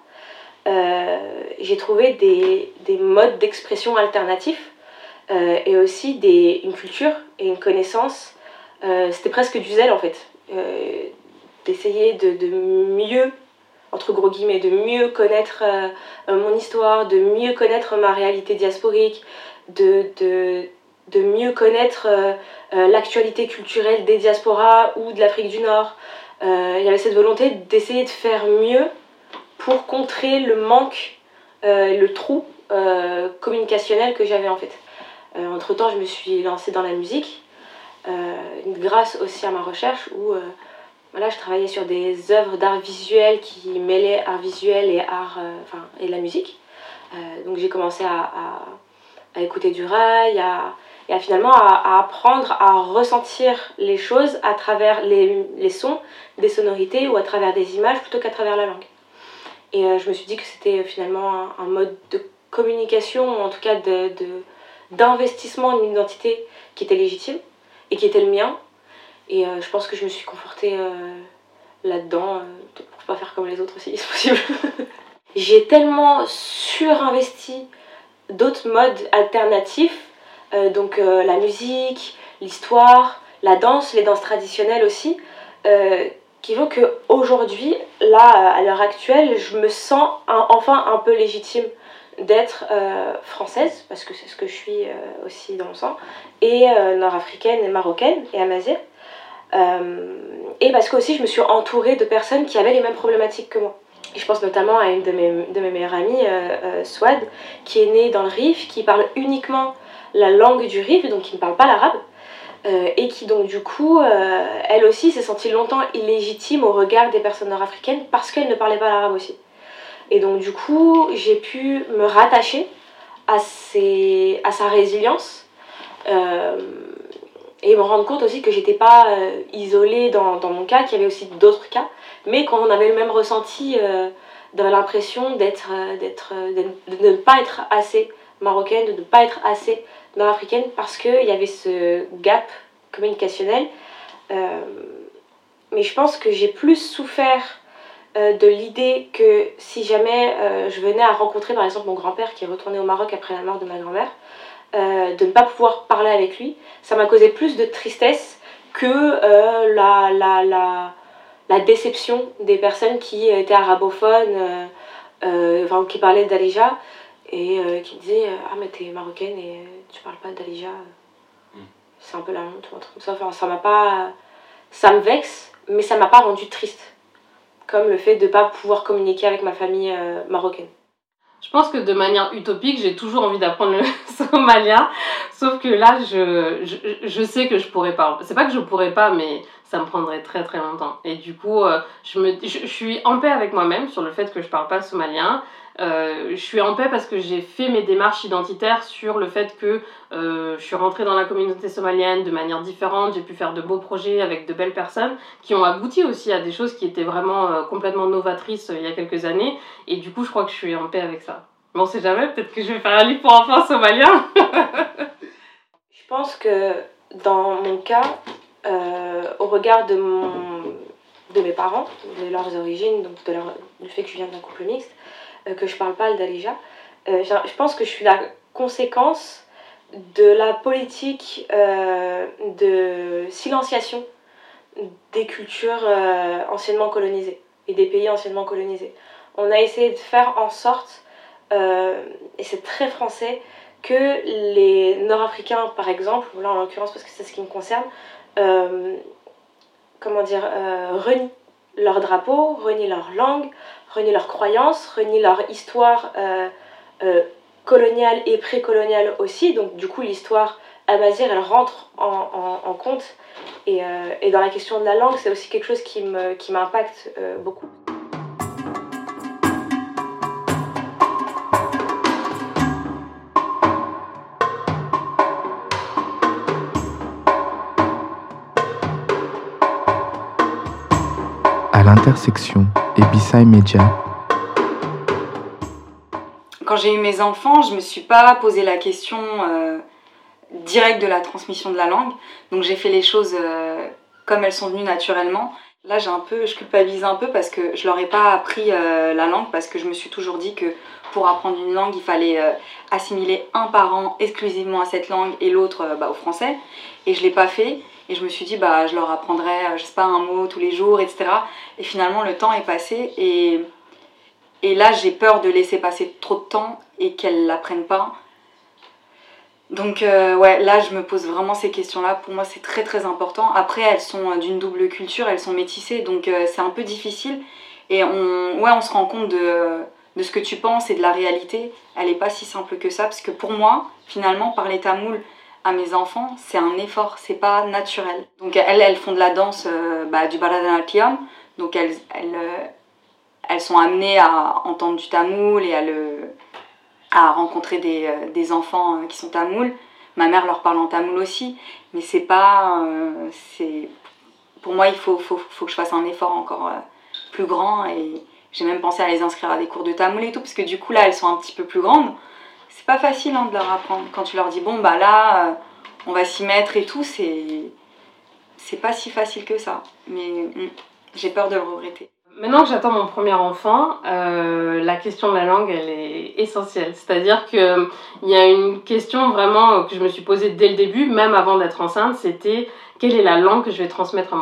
euh, j'ai trouvé des, des modes d'expression alternatifs euh, et aussi des, une culture et une connaissance. Euh, c'était presque du zèle, en fait, euh, d'essayer de, de mieux, entre gros guillemets, de mieux connaître euh, mon histoire, de mieux connaître ma réalité diasporique, de, de, de mieux connaître euh, euh, l'actualité culturelle des diasporas ou de l'Afrique du Nord. Euh, il y avait cette volonté d'essayer de faire mieux pour contrer le manque, euh, le trou euh, communicationnel que j'avais en fait. Euh, entre-temps, je me suis lancée dans la musique, euh, grâce aussi à ma recherche où... Euh, Voilà, je travaillais sur des œuvres d'art visuel qui mêlaient art visuel et, art, euh, enfin, et la musique. Euh, donc j'ai commencé à, à, à écouter du rail, à, et à finalement à, à apprendre à ressentir les choses à travers les, les sons, des sonorités ou à travers des images plutôt qu'à travers la langue. Et euh, je me suis dit que c'était finalement un, un mode de communication, ou en tout cas de, de, d'investissement d'une identité qui était légitime et qui était le mien. Et euh, je pense que je me suis confortée euh, là-dedans, euh, pour pas faire comme les autres aussi, c'est possible. J'ai tellement surinvesti d'autres modes alternatifs, euh, donc euh, la musique, l'histoire, la danse, les danses traditionnelles aussi, euh, qui font qu'aujourd'hui, là, à l'heure actuelle, je me sens un, enfin un peu légitime d'être euh, française, parce que c'est ce que je suis euh, aussi dans mon sang, et euh, nord-africaine et marocaine et amazigh. Euh, et parce que aussi je me suis entourée de personnes qui avaient les mêmes problématiques que moi. Je pense notamment à une de mes, de mes meilleures amies, euh, euh, Swad, qui est née dans le Rif, qui parle uniquement la langue du Rif, donc qui ne parle pas l'arabe, euh, et qui donc du coup, euh, elle aussi s'est sentie longtemps illégitime au regard des personnes nord-africaines parce qu'elle ne parlait pas l'arabe aussi. Et donc du coup, j'ai pu me rattacher à, ses, à sa résilience euh, et me rendre compte aussi que j'étais pas euh, isolée dans, dans mon cas, qu'il y avait aussi d'autres cas, mais qu'on avait le même ressenti, euh, d'avoir l'impression d'être, euh, d'être, euh, de ne pas être assez marocaine, de ne pas être assez nord-africaine, parce qu'il y avait ce gap communicationnel. Euh, mais je pense que j'ai plus souffert euh, de l'idée que si jamais euh, je venais à rencontrer par exemple mon grand-père qui est retourné au Maroc après la mort de ma grand-mère, euh, de ne pas pouvoir parler avec lui, ça m'a causé plus de tristesse que euh, la... la, la la déception des personnes qui étaient arabophones, euh, euh, enfin, qui parlaient d'Alija et euh, qui disaient « Ah mais t'es marocaine et tu parles pas d'Alija, mm. c'est un peu la honte » ou un truc comme ça. Enfin, ça m'a pas... Ça me vexe, mais ça m'a pas rendue triste. Comme le fait de pas pouvoir communiquer avec ma famille euh, marocaine. Je pense que de manière utopique, j'ai toujours envie d'apprendre le somalien, sauf que là, je, je, je sais que je pourrais pas. C'est pas que je pourrais pas, mais ça me prendrait très très longtemps. Et du coup, je, me, je, je suis en paix avec moi-même sur le fait que je parle pas le somalien. Euh, je suis en paix parce que j'ai fait mes démarches identitaires sur le fait que euh, je suis rentrée dans la communauté somalienne de manière différente, j'ai pu faire de beaux projets avec de belles personnes qui ont abouti aussi à des choses qui étaient vraiment euh, complètement novatrices euh, il y a quelques années, et du coup je crois que je suis en paix avec ça. Mais on sait jamais, peut-être que je vais faire un livre pour enfants somaliens. Je pense que dans mon cas, euh, au regard de, mon, de mes parents, de leurs origines, donc de leur, du fait que je viens d'un couple mixte, que je parle pas le Darija, euh, je pense que je suis la conséquence de la politique euh, de silenciation des cultures euh, anciennement colonisées et des pays anciennement colonisés. On a essayé de faire en sorte, euh, et c'est très français, que les Nord-Africains, par exemple, là en l'occurrence parce que c'est ce qui me concerne, euh, comment dire, euh, renient leur drapeau, renient leur langue, renient leurs croyances, renient leur histoire euh, euh, coloniale et précoloniale aussi. Donc du coup l'histoire amazigh elle rentre en, en, en compte. Et, euh, et dans la question de la langue, c'est aussi quelque chose qui, me, qui m'impacte euh, beaucoup. À l'intersection et B-Side Media. Quand j'ai eu mes enfants, je me suis pas posé la question euh, directe de la transmission de la langue. Donc j'ai fait les choses euh, comme elles sont venues naturellement. Là, j'ai un peu, je culpabilise un peu parce que je leur ai pas appris euh, la langue, parce que je me suis toujours dit que pour apprendre une langue, il fallait euh, assimiler un parent exclusivement à cette langue et l'autre euh, bah, au français. Et je l'ai pas fait. Et je me suis dit, bah, je leur apprendrai, je sais pas, un mot tous les jours, et cetera. Et finalement, le temps est passé. Et, et là, j'ai peur de laisser passer trop de temps et qu'elles l'apprennent pas. Donc, euh, ouais, là, je me pose vraiment ces questions-là. Pour moi, c'est très, très important. Après, elles sont d'une double culture, elles sont métissées. Donc, euh, c'est un peu difficile. Et on, ouais, on se rend compte de, de ce que tu penses et de la réalité. Elle n'est pas si simple que ça. Parce que pour moi, finalement, parler tamoul à mes enfants, c'est un effort, c'est pas naturel. Donc elles, elles font de la danse euh, bah, du Bharatanatyam, donc elles, elles, euh, elles sont amenées à entendre du tamoul et à, le, à rencontrer des, euh, des enfants euh, qui sont tamouls. Ma mère leur parle en tamoul aussi, mais c'est pas... Euh, c'est... Pour moi, il faut, faut, faut que je fasse un effort encore euh, plus grand, et j'ai même pensé à les inscrire à des cours de tamoul et tout, parce que du coup là, elles sont un petit peu plus grandes. C'est pas facile hein, de leur apprendre. Quand tu leur dis, bon, bah là, euh, on va s'y mettre et tout, c'est, c'est pas si facile que ça. Mais mm, j'ai peur de le regretter. Maintenant que j'attends mon premier enfant, euh, la question de la langue, elle est essentielle. C'est-à-dire qu'il y a une question vraiment que je me suis posée dès le début, même avant d'être enceinte, c'était quelle est la langue que je vais transmettre à mon enfant ?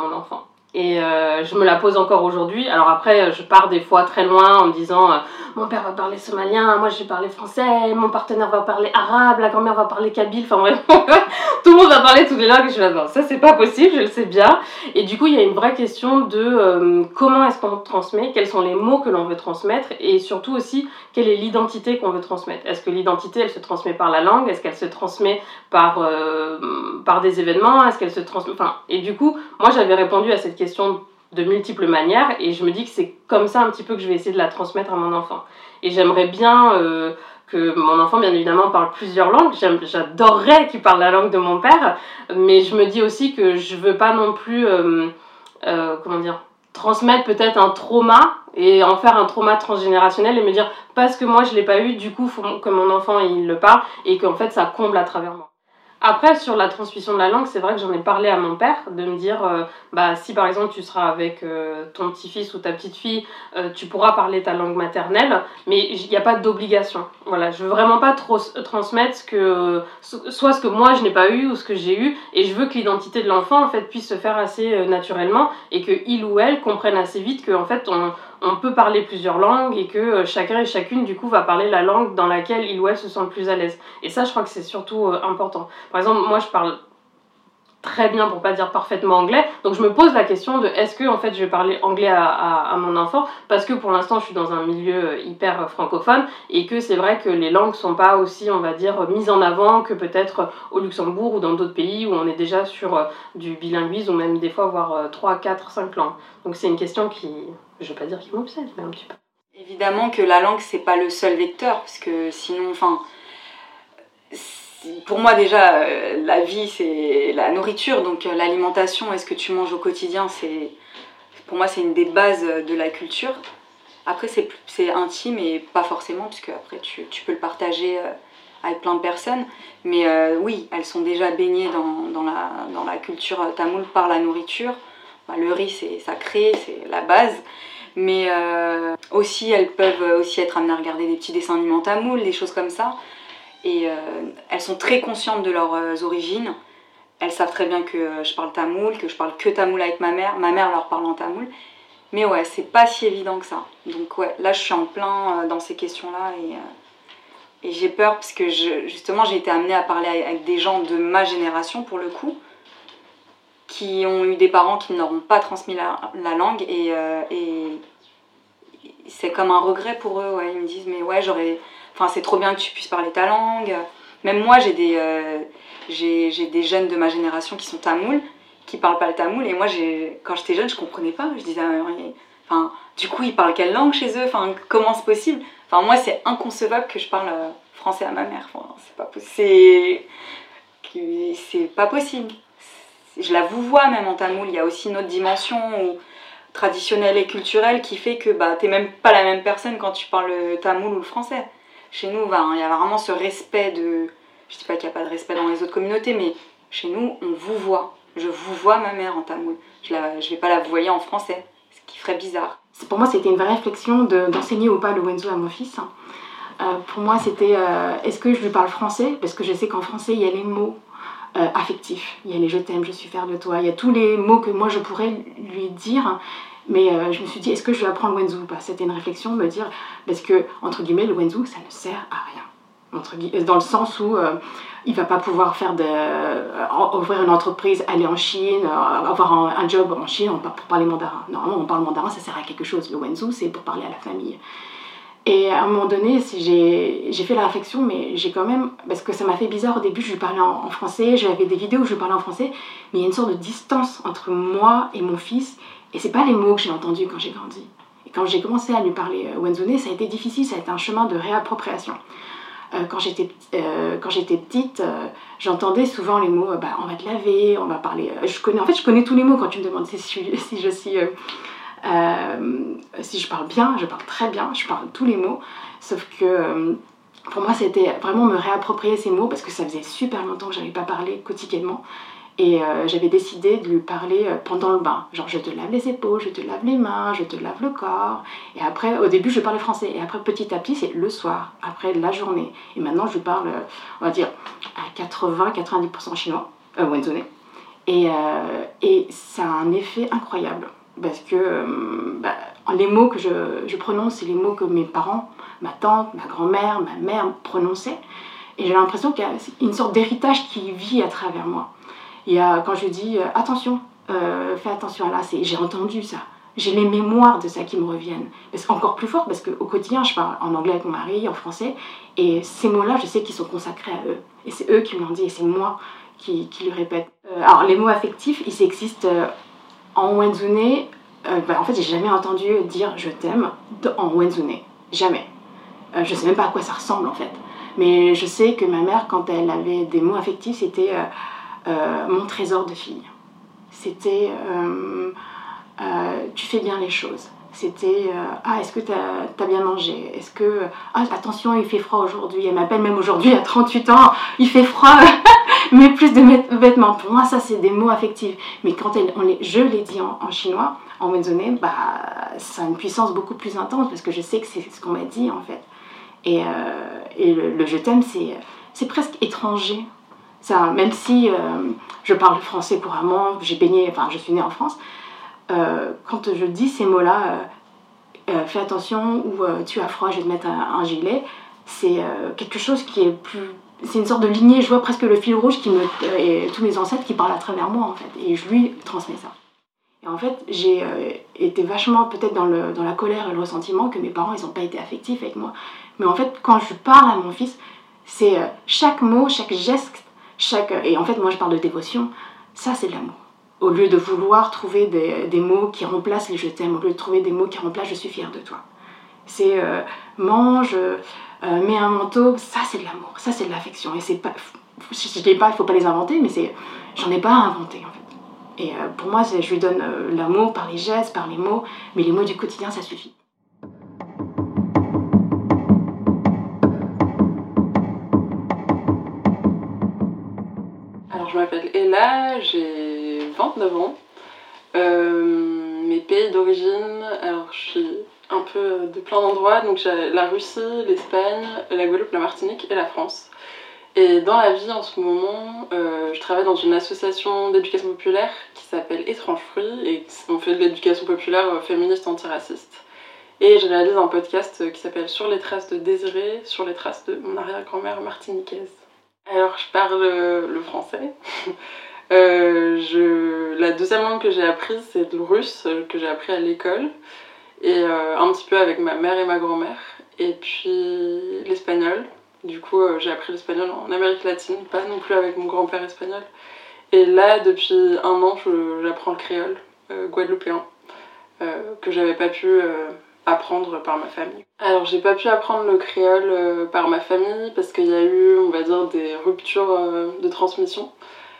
Et euh, je me la pose encore aujourd'hui. Alors après, je pars des fois très loin en me disant euh, mon père va parler somalien, moi je vais parler français, mon partenaire va parler arabe, la grand-mère va parler kabyle, enfin bref, tout le monde va parler toutes les langues. Et je suis là, non, ça c'est pas possible, je le sais bien. Et du coup, il y a une vraie question de euh, comment est-ce qu'on transmet, quels sont les mots que l'on veut transmettre, et surtout aussi, quelle est l'identité qu'on veut transmettre. Est-ce que l'identité, elle se transmet par la langue? Est-ce qu'elle se transmet par, euh, par des événements? Est-ce qu'elle se transmet... Enfin, et du coup, moi j'avais répondu à cette question de multiples manières, et je me dis que c'est comme ça un petit peu que je vais essayer de la transmettre à mon enfant. Et j'aimerais bien euh, que mon enfant, bien évidemment, parle plusieurs langues. J'aime, j'adorerais qu'il parle la langue de mon père, mais je me dis aussi que je veux pas non plus, euh, euh, comment dire, transmettre peut-être un trauma et en faire un trauma transgénérationnel et me dire parce que moi je l'ai pas eu, du coup faut que mon enfant il le parle et qu'en fait ça comble à travers moi. Après, sur la transmission de la langue, c'est vrai que j'en ai parlé à mon père, de me dire, euh, bah, si par exemple tu seras avec euh, ton petit-fils ou ta petite-fille, euh, tu pourras parler ta langue maternelle, mais il n'y a pas d'obligation. Voilà, je veux vraiment pas trop transmettre ce que, soit ce que moi je n'ai pas eu ou ce que j'ai eu, et je veux que l'identité de l'enfant en fait puisse se faire assez euh, naturellement et que il ou elle comprenne assez vite qu'en fait on on peut parler plusieurs langues et que chacun et chacune du coup va parler la langue dans laquelle il ou elle se sent le plus à l'aise. Et ça, je crois que c'est surtout euh, important. Par exemple, moi je parle très bien, pour pas dire parfaitement anglais, donc je me pose la question de est-ce que en fait je vais parler anglais à, à, à mon enfant, parce que pour l'instant je suis dans un milieu hyper francophone et que c'est vrai que les langues sont pas aussi, on va dire, mises en avant que peut-être au Luxembourg ou dans d'autres pays où on est déjà sur du bilinguisme ou même des fois voire trois, quatre, cinq langues. Donc c'est une question qui, je veux pas dire qui m'obsède, mais un petit peu. Évidemment que la langue c'est pas le seul vecteur, parce que sinon, enfin, pour moi déjà euh, la vie c'est la nourriture, donc euh, l'alimentation et ce que tu manges au quotidien, c'est, pour moi c'est une des bases de la culture. Après c'est, c'est intime et pas forcément, parce que après tu, tu peux le partager euh, avec plein de personnes, mais euh, oui, elles sont déjà baignées dans, dans, la, dans la culture tamoule par la nourriture. Bah, le riz c'est sacré, c'est la base, mais euh, aussi elles peuvent aussi être amenées à regarder des petits dessins animés en tamoul, des choses comme ça. Et euh, elles sont très conscientes de leurs euh, origines. Elles savent très bien que euh, je parle tamoul, que je parle que tamoul avec ma mère. Ma mère leur parle en tamoul. Mais ouais, c'est pas si évident que ça. Donc ouais, là je suis en plein euh, dans ces questions-là. Et, euh, et j'ai peur parce que je, justement j'ai été amenée à parler avec des gens de ma génération pour le coup, qui ont eu des parents qui ne leur ont pas transmis la, la langue. Et, euh, et c'est comme un regret pour eux. Ouais. Ils me disent mais ouais, j'aurais... Enfin, c'est trop bien que tu puisses parler ta langue. Même moi, j'ai des, euh, j'ai, j'ai des jeunes de ma génération qui sont tamouls, qui parlent pas le tamoul. Et moi, j'ai, quand j'étais jeune, je comprenais pas. Je disais, enfin, du coup, ils parlent quelle langue chez eux? Enfin, comment c'est possible? Enfin, moi, c'est inconcevable que je parle français à ma mère. Enfin, c'est pas possible. C'est, c'est pas possible. Je la vous vois même en tamoul. Il y a aussi une autre dimension où, traditionnelle et culturelle qui fait que bah, t'es même pas la même personne quand tu parles le tamoul ou le français. Chez nous, il bah, y a vraiment ce respect de... Je dis pas qu'il n'y a pas de respect dans les autres communautés, mais chez nous, on vous voit. Je vous vois ma mère en tamoul. Je ne vais pas la voyer en français, ce qui ferait bizarre. Pour moi, c'était une vraie réflexion de, d'enseigner ou pas le wenzo à mon fils. Euh, pour moi, c'était euh, est-ce que je lui parle français? Parce que je sais qu'en français, il y a les mots euh, affectifs. Il y a les je t'aime, je suis fière de toi. Il y a tous les mots que moi, je pourrais lui dire. Mais euh, je me suis dit, est-ce que je vais apprendre le wenzo ou pas? C'était une réflexion de me dire, parce que, entre guillemets, le wenzo, ça ne sert à rien. Entre guillemets, dans le sens où euh, il ne va pas pouvoir faire de, euh, ouvrir une entreprise, aller en Chine, euh, avoir un, un job en Chine pour parler mandarin. Normalement, on parle mandarin, ça sert à quelque chose. Le wenzo, c'est pour parler à la famille. Et à un moment donné, j'ai, j'ai fait la réflexion, mais j'ai quand même... Parce que ça m'a fait bizarre au début, je lui parlais en, en français, j'avais des vidéos où je lui parlais en français, mais il y a une sorte de distance entre moi et mon fils. Et c'est pas les mots que j'ai entendus quand j'ai grandi. Et quand j'ai commencé à lui parler euh, wenzone, ça a été difficile, ça a été un chemin de réappropriation. Euh, quand, j'étais, euh, quand j'étais petite, euh, j'entendais souvent les mots euh, bah, on va te laver, on va parler... Euh, je connais, en fait, je connais tous les mots quand tu me demandes si, si, si je suis... Euh, euh, si je parle bien, je parle très bien, je parle tous les mots. Sauf que euh, pour moi, c'était vraiment me réapproprier ces mots parce que ça faisait super longtemps que je n'avais pas parlé quotidiennement. Et euh, j'avais décidé de lui parler euh, pendant le bain. Genre, je te lave les épaules, je te lave les mains, je te lave le corps. Et après, au début, je parlais français. Et après, petit à petit, c'est le soir, après la journée. Et maintenant, je parle, euh, on va dire, à quatre-vingts à quatre-vingt-dix pour cent chinois, euh, wenzone. Et, euh, et ça a un effet incroyable. Parce que euh, bah, les mots que je, je prononce, c'est les mots que mes parents, ma tante, ma grand-mère, ma mère prononçaient. Et j'ai l'impression qu'il y a une sorte d'héritage qui vit à travers moi. Il y a, quand je dis euh, attention, euh, fais attention à là, c'est, j'ai entendu ça. J'ai les mémoires de ça qui me reviennent. Parce qu'encore plus fort, parce qu'au quotidien, je parle en anglais avec mon mari, en français, et ces mots-là, je sais qu'ils sont consacrés à eux. Et c'est eux qui me l'ont dit, et c'est moi qui, qui le répète. Euh, alors, les mots affectifs, ils existent euh, en Wenzhouné. Euh, bah, en fait, j'ai jamais entendu dire « je t'aime » en Wenzhouné. Jamais. Euh, je sais même pas à quoi ça ressemble, en fait. Mais je sais que ma mère, quand elle avait des mots affectifs, c'était euh, euh, « mon trésor de fille ». C'était euh, euh, « tu fais bien les choses ». C'était euh, « ah, est-ce que t'as, t'as bien mangé ? Est-ce que... ah, attention, il fait froid aujourd'hui ». Elle m'appelle même aujourd'hui à trente-huit ans « il fait froid, mets plus de vêtements ». Pour moi, ça, c'est des mots affectifs. Mais quand elle, on les, je les dis en, en chinois, en wenzhouné, bah, ça a une puissance beaucoup plus intense parce que je sais que c'est ce qu'on m'a dit, en fait. Et, euh, et le, le « je t'aime », c'est, c'est presque étranger. Ça, même si euh, je parle français couramment, j'ai baigné, enfin, je suis née en France, euh, quand je dis ces mots-là, euh, euh, fais attention, ou euh, tu as froid, je vais te mettre un, un gilet, c'est euh, quelque chose qui est plus... C'est une sorte de lignée, je vois presque le fil rouge qui me, euh, et tous mes ancêtres qui parlent à travers moi, en fait, et je lui transmets ça. Et en fait, j'ai euh, été vachement peut-être dans, le, dans la colère et le ressentiment que mes parents, ils n'ont pas été affectifs avec moi. Mais en fait, quand je parle à mon fils, c'est euh, chaque mot, chaque geste, chaque... Et en fait, moi, je parle de dévotion, ça, c'est de l'amour. Au lieu de vouloir trouver des, des mots qui remplacent les « je t'aime », au lieu de trouver des mots qui remplacent « je suis fière de toi ». C'est euh, mange, euh, mets un manteau, ça, c'est de l'amour, ça, c'est de l'affection. Et c'est pas... Je ne dis pas, il ne faut pas les inventer, mais c'est... J'en ai pas à inventer, en fait. Et euh, pour moi, je lui donne euh, l'amour par les gestes, par les mots, mais les mots du quotidien, ça suffit. Alors, je m'appelle Ella, j'ai vingt-neuf ans. Euh, mes pays d'origine, alors je suis un peu de plein d'endroits, donc j'ai la Russie, l'Espagne, la Guadeloupe, la Martinique et la France. Et dans la vie en ce moment, euh, je travaille dans une association d'éducation populaire qui s'appelle Étrange Fruit et on fait de l'éducation populaire féministe antiraciste. Et je réalise un podcast qui s'appelle Sur les traces de Désiré, sur les traces de mon arrière-grand-mère martiniquaise. Alors je parle le français. euh, je... La deuxième langue que j'ai apprise, c'est le russe, que j'ai appris à l'école. Et euh, un petit peu avec ma mère et ma grand-mère. Et puis l'espagnol. Du coup, euh, j'ai appris l'espagnol en Amérique latine, pas non plus avec mon grand-père espagnol. Et là, depuis un an, je, j'apprends le créole euh, guadeloupéen, euh, que j'avais pas pu euh, apprendre par ma famille. Alors, j'ai pas pu apprendre le créole euh, par ma famille parce qu'il y a eu, on va dire, des ruptures euh, de transmission.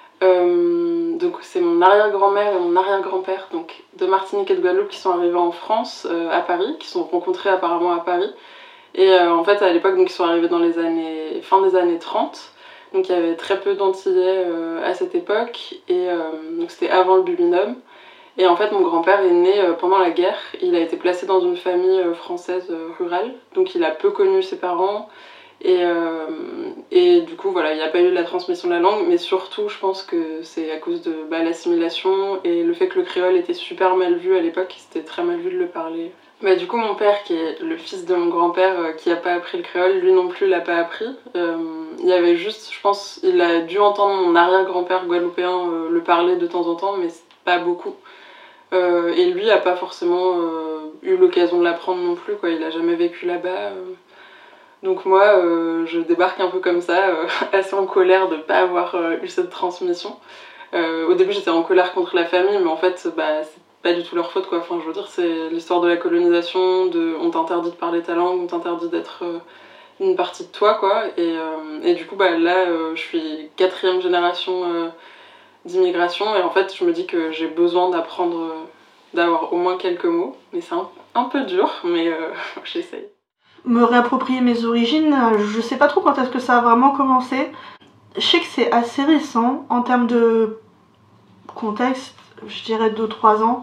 Euh, donc, c'est mon arrière-grand-mère et mon arrière-grand-père, donc de Martinique et de Guadeloupe, qui sont arrivés en France, euh, à Paris, qui se sont rencontrés apparemment à Paris. Et euh, en fait, à l'époque, donc, ils sont arrivés dans les années, fin des années trente. Donc il y avait très peu d'Antillais euh, à cette époque. Et euh, donc, c'était avant le Bubinum. Et en fait, mon grand-père est né euh, pendant la guerre. Il a été placé dans une famille euh, française euh, rurale. Donc il a peu connu ses parents. Et, euh, et du coup, voilà, il n'y a pas eu la transmission de la langue. Mais surtout, je pense que c'est à cause de bah, l'assimilation et le fait que le créole était super mal vu à l'époque. C'était très mal vu de le parler. Bah, du coup, mon père, qui est le fils de mon grand-père, euh, qui n'a pas appris le créole, lui non plus l'a pas appris. Euh, il y avait juste, je pense, il a dû entendre mon arrière-grand-père guadeloupéen euh, le parler de temps en temps, mais pas beaucoup. Euh, et lui n'a pas forcément euh, eu l'occasion de l'apprendre non plus, quoi. Il n'a jamais vécu là-bas. Euh. Donc moi, euh, je débarque un peu comme ça, euh, assez en colère de ne pas avoir euh, eu cette transmission. Euh, au début, j'étais en colère contre la famille, mais en fait, bah, c'est pas du tout leur faute, quoi. Enfin, je veux dire, c'est l'histoire de la colonisation, de on t'interdit de parler ta langue, on t'interdit d'être euh, une partie de toi, quoi. Et, euh, et du coup, bah, là, euh, je suis quatrième génération euh, d'immigration, et en fait, je me dis que j'ai besoin d'apprendre, euh, d'avoir au moins quelques mots. Mais c'est un, un peu dur, mais euh, j'essaye. Me réapproprier mes origines, je sais pas trop quand est-ce que ça a vraiment commencé. Je sais que c'est assez récent, en termes de contexte, je dirais deux trois ans.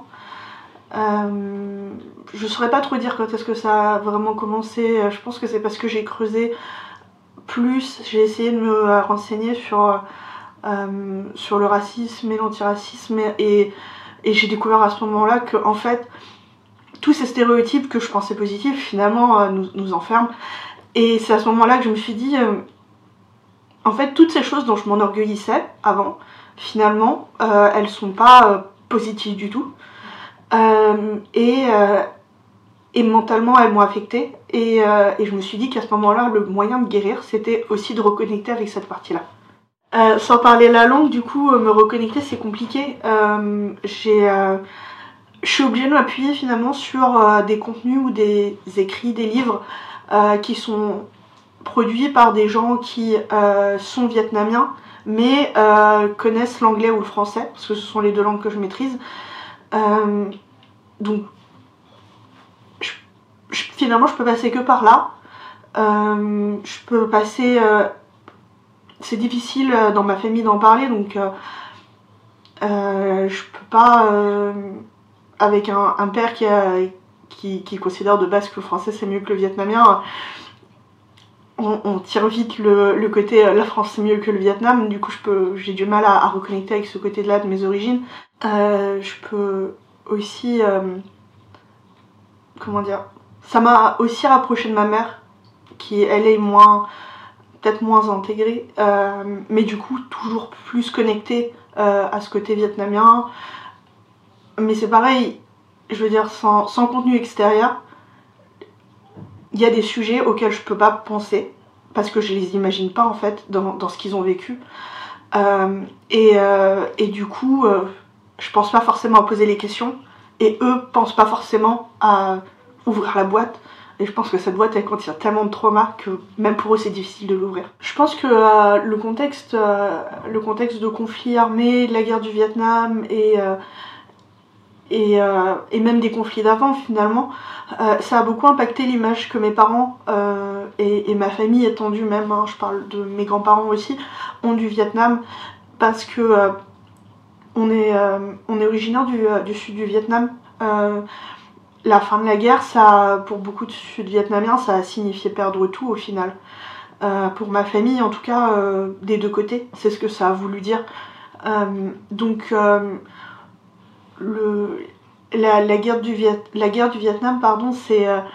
Euh, je saurais pas trop dire quand est-ce que ça a vraiment commencé. Je pense que c'est parce que j'ai creusé plus, j'ai essayé de me renseigner sur euh, sur le racisme et l'antiracisme. Et, et j'ai découvert à ce moment-là que, en fait, tous ces stéréotypes que je pensais positifs, finalement, euh, nous, nous enferment. Et c'est à ce moment-là que je me suis dit, euh, en fait, toutes ces choses dont je m'enorgueillissais avant, finalement, euh, elles sont pas euh, positives du tout. Euh, et, euh, et mentalement, elles m'ont affectée. Et, euh, et je me suis dit qu'à ce moment-là, le moyen de guérir, c'était aussi de reconnecter avec cette partie-là. Euh, sans parler la langue, du coup, euh, me reconnecter, c'est compliqué. Euh, j'ai... Euh, Je suis obligée de m'appuyer finalement sur euh, des contenus ou des écrits, des livres euh, qui sont produits par des gens qui euh, sont vietnamiens mais euh, connaissent l'anglais ou le français, parce que ce sont les deux langues que je maîtrise. Euh, donc je, je, finalement je peux passer que par là. Euh, je peux passer... Euh, c'est difficile dans ma famille d'en parler, donc euh, euh, je peux pas... Euh, avec un, un père qui, a, qui, qui considère de base que le français c'est mieux que le vietnamien, on, on tire vite le, le côté la France c'est mieux que le Vietnam, du coup je peux, j'ai du mal à, à reconnecter avec ce côté-là de mes origines. Euh, je peux aussi... Euh, comment dire, ça m'a aussi rapproché de ma mère, qui elle est moins... peut-être moins intégrée, euh, mais du coup toujours plus connectée euh, à ce côté vietnamien. Mais c'est pareil, je veux dire, sans, sans contenu extérieur, il y a des sujets auxquels je peux pas penser, parce que je les imagine pas en fait dans, dans ce qu'ils ont vécu. Euh, et, euh, et du coup, euh, je pense pas forcément à poser les questions, et eux pensent pas forcément à ouvrir la boîte. Et je pense que cette boîte, elle contient tellement de traumas que même pour eux, c'est difficile de l'ouvrir. Je pense que euh, le, contexte, euh, le contexte de conflit armé, de la guerre du Vietnam et... Euh, Et, euh, et même des conflits d'avant finalement, euh, ça a beaucoup impacté l'image que mes parents euh, et, et ma famille étendue même, hein, je parle de mes grands-parents aussi, ont du Vietnam, parce que euh, on, est, euh, on est originaire du, du sud du Vietnam. Euh, la fin de la guerre, ça, pour beaucoup de sud-vietnamiens, ça a signifié perdre tout au final. Euh, pour ma famille en tout cas, euh, des deux côtés, c'est ce que ça a voulu dire. Euh, donc euh, Le, la, la, guerre du Viet, la guerre du Vietnam, pardon, c'est, euh,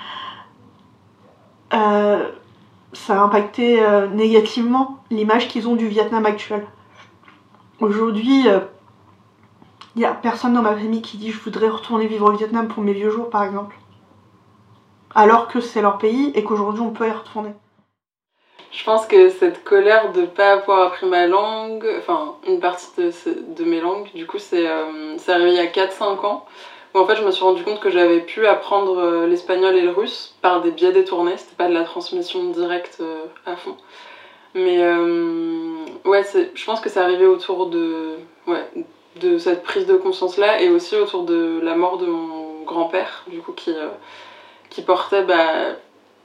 euh, ça a impacté euh, négativement l'image qu'ils ont du Vietnam actuel. Aujourd'hui, il euh, n'y a personne dans ma famille qui dit je voudrais retourner vivre au Vietnam pour mes vieux jours, par exemple. Alors que c'est leur pays et qu'aujourd'hui on peut y retourner. Je pense que cette colère de ne pas avoir appris ma langue, enfin une partie de, de mes langues, du coup c'est, euh, c'est arrivé il y a quatre cinq ans, où en fait je me suis rendu compte que j'avais pu apprendre l'espagnol et le russe par des biais détournés, c'était pas de la transmission directe euh, à fond. Mais euh, ouais, c'est, je pense que c'est arrivé autour de, ouais, de cette prise de conscience-là et aussi autour de la mort de mon grand-père, du coup qui, euh, qui portait... Bah,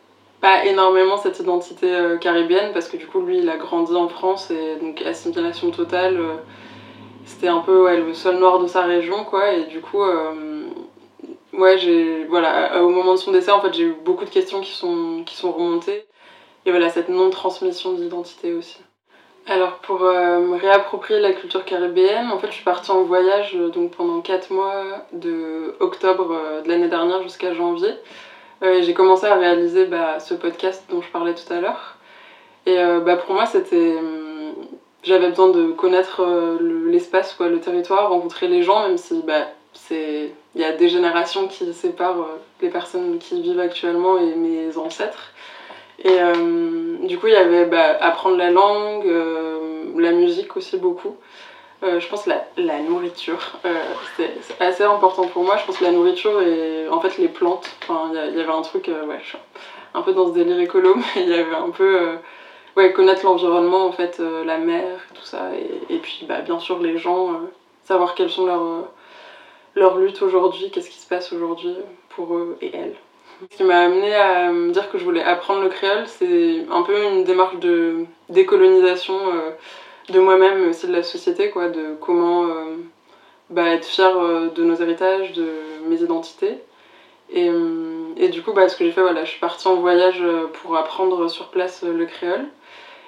pas énormément cette identité euh, caribéenne parce que du coup lui il a grandi en France et donc assimilation totale, euh, c'était un peu ouais, le seul noir de sa région quoi, et du coup euh, ouais j'ai voilà au moment de son décès en fait j'ai eu beaucoup de questions qui sont qui sont remontées et voilà cette non transmission d'identité aussi. Alors pour euh, me réapproprier la culture caribéenne, en fait je suis partie en voyage euh, donc pendant quatre mois de octobre euh, de l'année dernière jusqu'à janvier. Euh, j'ai commencé à réaliser bah, ce podcast dont je parlais tout à l'heure. Et euh, bah, pour moi, c'était... Hum, j'avais besoin de connaître euh, le, l'espace, quoi, le territoire, rencontrer les gens, même si bah, c'est... il y a des générations qui séparent euh, les personnes qui vivent actuellement et mes ancêtres. Et euh, du coup, il y avait bah, apprendre la langue, euh, la musique aussi beaucoup. Euh, je pense la, la nourriture, euh, c'est, c'est assez important pour moi. Je pense que la nourriture et en fait les plantes, enfin il y, y avait un truc, euh, ouais, je suis un peu dans ce délire écolo, mais il y avait un peu, euh, ouais, connaître l'environnement en fait, euh, la mer, tout ça, et, et puis bah, bien sûr les gens, euh, savoir quelles sont leurs, euh, leurs luttes aujourd'hui, qu'est-ce qui se passe aujourd'hui pour eux et elles. Ce qui m'a amenée à me dire que je voulais apprendre le créole, c'est un peu une démarche de décolonisation euh, de moi-même mais aussi de la société, quoi, de comment euh, bah, être fière euh, de nos héritages, de mes identités. Et, euh, et du coup, bah, ce que j'ai fait, voilà, je suis partie en voyage pour apprendre sur place euh, le créole.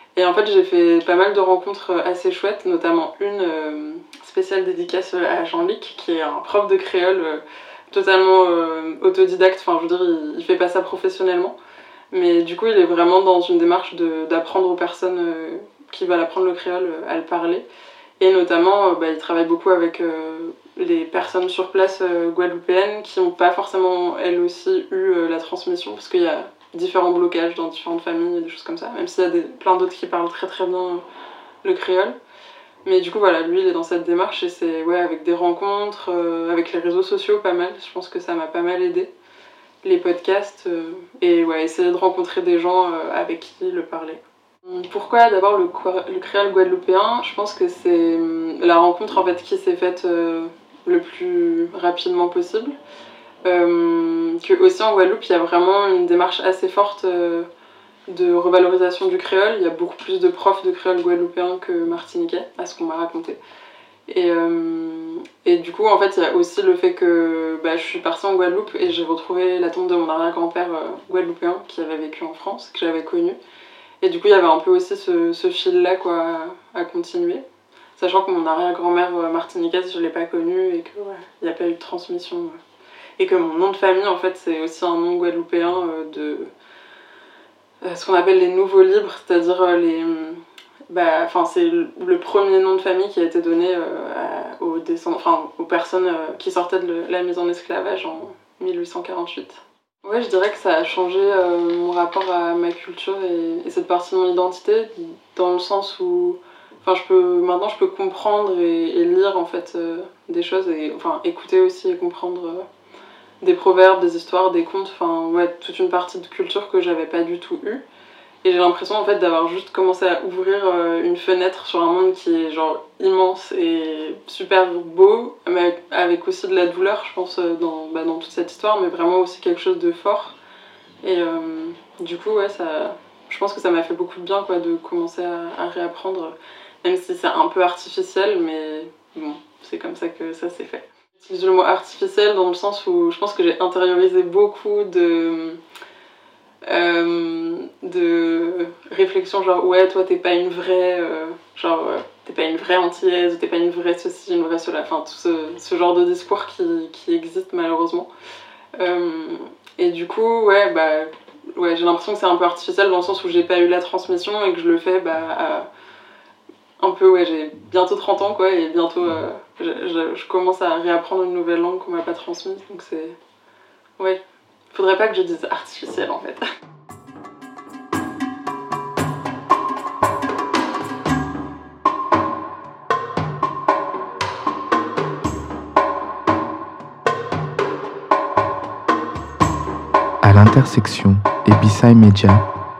Et en fait, j'ai fait pas mal de rencontres assez chouettes, notamment une euh, spéciale dédicace à Jean-Luc, qui est un prof de créole euh, totalement euh, autodidacte. Enfin, je veux dire, il, il fait pas ça professionnellement. Mais du coup, il est vraiment dans une démarche de, d'apprendre aux personnes euh, qui veulent apprendre le créole euh, à le parler. Et notamment, euh, bah, il travaille beaucoup avec euh, les personnes sur place euh, guadeloupéennes qui n'ont pas forcément, elles aussi, eu euh, la transmission, parce qu'il y a différents blocages dans différentes familles, des choses comme ça, même s'il y a des, plein d'autres qui parlent très très bien le créole. Mais du coup, voilà, lui, il est dans cette démarche et c'est ouais, avec des rencontres, euh, avec les réseaux sociaux, pas mal. Je pense que ça m'a pas mal aidé. Les podcasts euh, et ouais, essayer de rencontrer des gens euh, avec qui le parler. Pourquoi d'abord le, le créole guadeloupéen? Je pense que c'est la rencontre en fait qui s'est faite euh, le plus rapidement possible. Euh, que aussi en Guadeloupe, il y a vraiment une démarche assez forte euh, de revalorisation du créole. Il y a beaucoup plus de profs de créole guadeloupéen que martiniquais, à ce qu'on m'a raconté. Et, euh, et du coup, en fait, il y a aussi le fait que bah, je suis partie en Guadeloupe et j'ai retrouvé la tombe de mon arrière-grand-père euh, guadeloupéen qui avait vécu en France, que j'avais connu. Et du coup, il y avait un peu aussi ce, ce fil-là quoi, à, à continuer. Sachant que mon arrière-grand-mère euh, martiniquaise, je ne l'ai pas connue et qu'il ouais, n'y a pas eu de transmission. Ouais. Et que mon nom de famille, en fait, c'est aussi un nom guadeloupéen euh, de euh, ce qu'on appelle les nouveaux libres, c'est-à-dire euh, les... Bah, c'est le premier nom de famille qui a été donné euh, à, aux, descend... enfin, aux personnes euh, qui sortaient de la mise en esclavage en mille huit cent quarante-huit. Ouais, je dirais que ça a changé euh, mon rapport à ma culture et, et cette partie de mon identité, dans le sens où enfin, je peux, maintenant je peux comprendre et, et lire en fait, euh, des choses, et enfin, écouter aussi et comprendre euh, des proverbes, des histoires, des contes, enfin, ouais, toute une partie de culture que j'avais pas du tout eue. Et j'ai l'impression en fait d'avoir juste commencé à ouvrir euh, une fenêtre sur un monde qui est genre immense et super beau, mais avec aussi de la douleur, je pense, dans, bah, dans toute cette histoire, mais vraiment aussi quelque chose de fort. Et euh, du coup, ouais, ça, je pense que ça m'a fait beaucoup de bien quoi, de commencer à, à réapprendre, même si c'est un peu artificiel, mais bon, c'est comme ça que ça s'est fait. J'utilise le mot artificiel dans le sens où je pense que j'ai intériorisé beaucoup de... Euh, de réflexion genre ouais toi t'es pas une vraie euh, genre euh, t'es pas une vraie antillaise, t'es pas une vraie ceci, une vraie cela, enfin tout ce, ce genre de discours qui, qui existe malheureusement euh, et du coup ouais bah ouais j'ai l'impression que c'est un peu artificiel dans le sens où j'ai pas eu la transmission et que je le fais bah à, un peu ouais j'ai bientôt trente ans quoi et bientôt euh, je, je, je commence à réapprendre une nouvelle langue qu'on m'a pas transmise, donc c'est ouais. Faudrait pas que je dise artificiel en fait. À l'intersection et B-Side Media.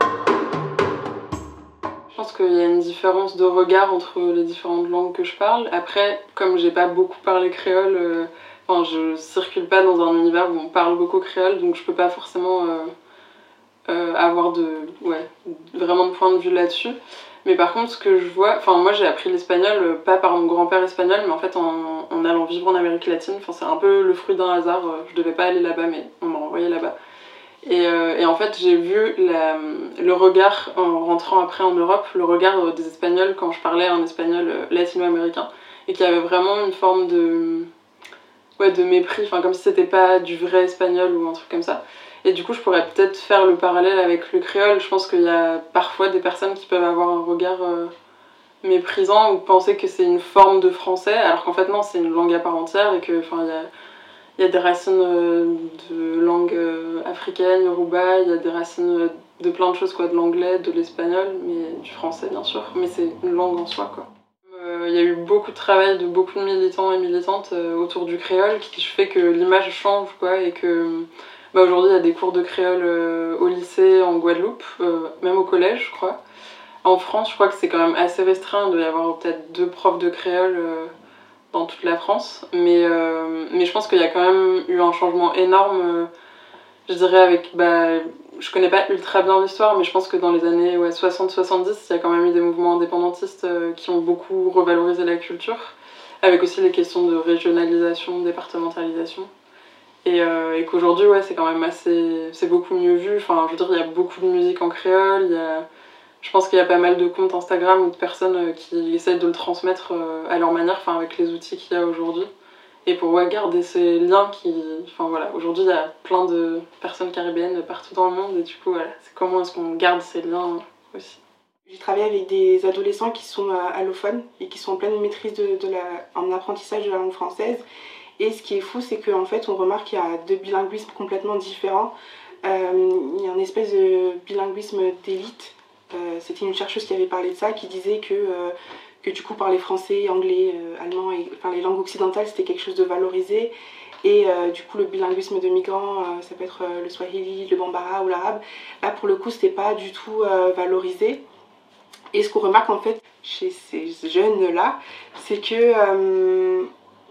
Je pense qu'il y a une différence de regard entre les différentes langues que je parle. Après, comme j'ai pas beaucoup parlé créole, euh, Enfin, je circule pas dans un univers où on parle beaucoup créole, donc je peux pas forcément euh, euh, avoir de, ouais, vraiment de point de vue là-dessus. Mais par contre, ce que je vois, enfin moi j'ai appris l'espagnol, euh, pas par mon grand-père espagnol, mais en fait en, en allant vivre en Amérique latine. Enfin, c'est un peu le fruit d'un hasard, je devais pas aller là-bas, mais on m'a envoyé là-bas. Et, euh, et en fait, j'ai vu la, le regard, en rentrant après en Europe, le regard des Espagnols quand je parlais un espagnol latino-américain, et qu'il y avait vraiment une forme de... Ouais, de mépris, enfin comme si c'était pas du vrai espagnol ou un truc comme ça. Et du coup, je pourrais peut-être faire le parallèle avec le créole. Je pense qu'il y a parfois des personnes qui peuvent avoir un regard euh, méprisant ou penser que c'est une forme de français, alors qu'en fait non, c'est une langue à part entière et que, enfin, il y a, il y a des racines euh, de langue euh, africaine, yoruba, il y a des racines de plein de choses, quoi, de l'anglais, de l'espagnol, mais du français bien sûr, mais c'est une langue en soi, quoi. Il y a eu beaucoup de travail de beaucoup de militants et militantes euh, autour du créole qui fait que l'image change quoi, et que bah, aujourd'hui il y a des cours de créole euh, au lycée en Guadeloupe, euh, même au collège je crois. En France je crois que c'est quand même assez restreint, il doit y avoir peut-être deux profs de créole euh, dans toute la France, mais, euh, mais je pense qu'il y a quand même eu un changement énorme, euh, je dirais avec... Bah, je connais pas ultra bien l'histoire, mais je pense que dans les années ouais, soixante soixante-dix, il y a quand même eu des mouvements indépendantistes euh, qui ont beaucoup revalorisé la culture, avec aussi les questions de régionalisation, départementalisation. Et, euh, et qu'aujourd'hui, ouais, c'est quand même assez... c'est beaucoup mieux vu. Enfin, je veux dire, il y a beaucoup de musique en créole, il y a Je pense qu'il y a pas mal de comptes Instagram ou de personnes qui essayent de le transmettre à leur manière, enfin avec les outils qu'il y a aujourd'hui. Et pour ouais, garder ces liens qui... Enfin voilà, aujourd'hui il y a plein de personnes caribéennes partout dans le monde et du coup voilà, c'est comment est-ce qu'on garde ces liens aussi. J'ai travaillé avec des adolescents qui sont allophones et qui sont en pleine maîtrise de, de la, en apprentissage de la langue française. Et ce qui est fou, c'est qu'en fait on remarque qu'il y a deux bilinguismes complètement différents. Euh, il y a une espèce de bilinguisme d'élite. Euh, c'était une chercheuse qui avait parlé de ça, qui disait que, euh, que du coup parler français, anglais, euh, allemand, et, enfin les langues occidentales c'était quelque chose de valorisé. Et euh, du coup le bilinguisme de migrants, euh, ça peut être euh, le swahili, le bambara ou l'arabe. Là pour le coup c'était pas du tout euh, valorisé. Et ce qu'on remarque en fait chez ces jeunes-là, c'est que euh,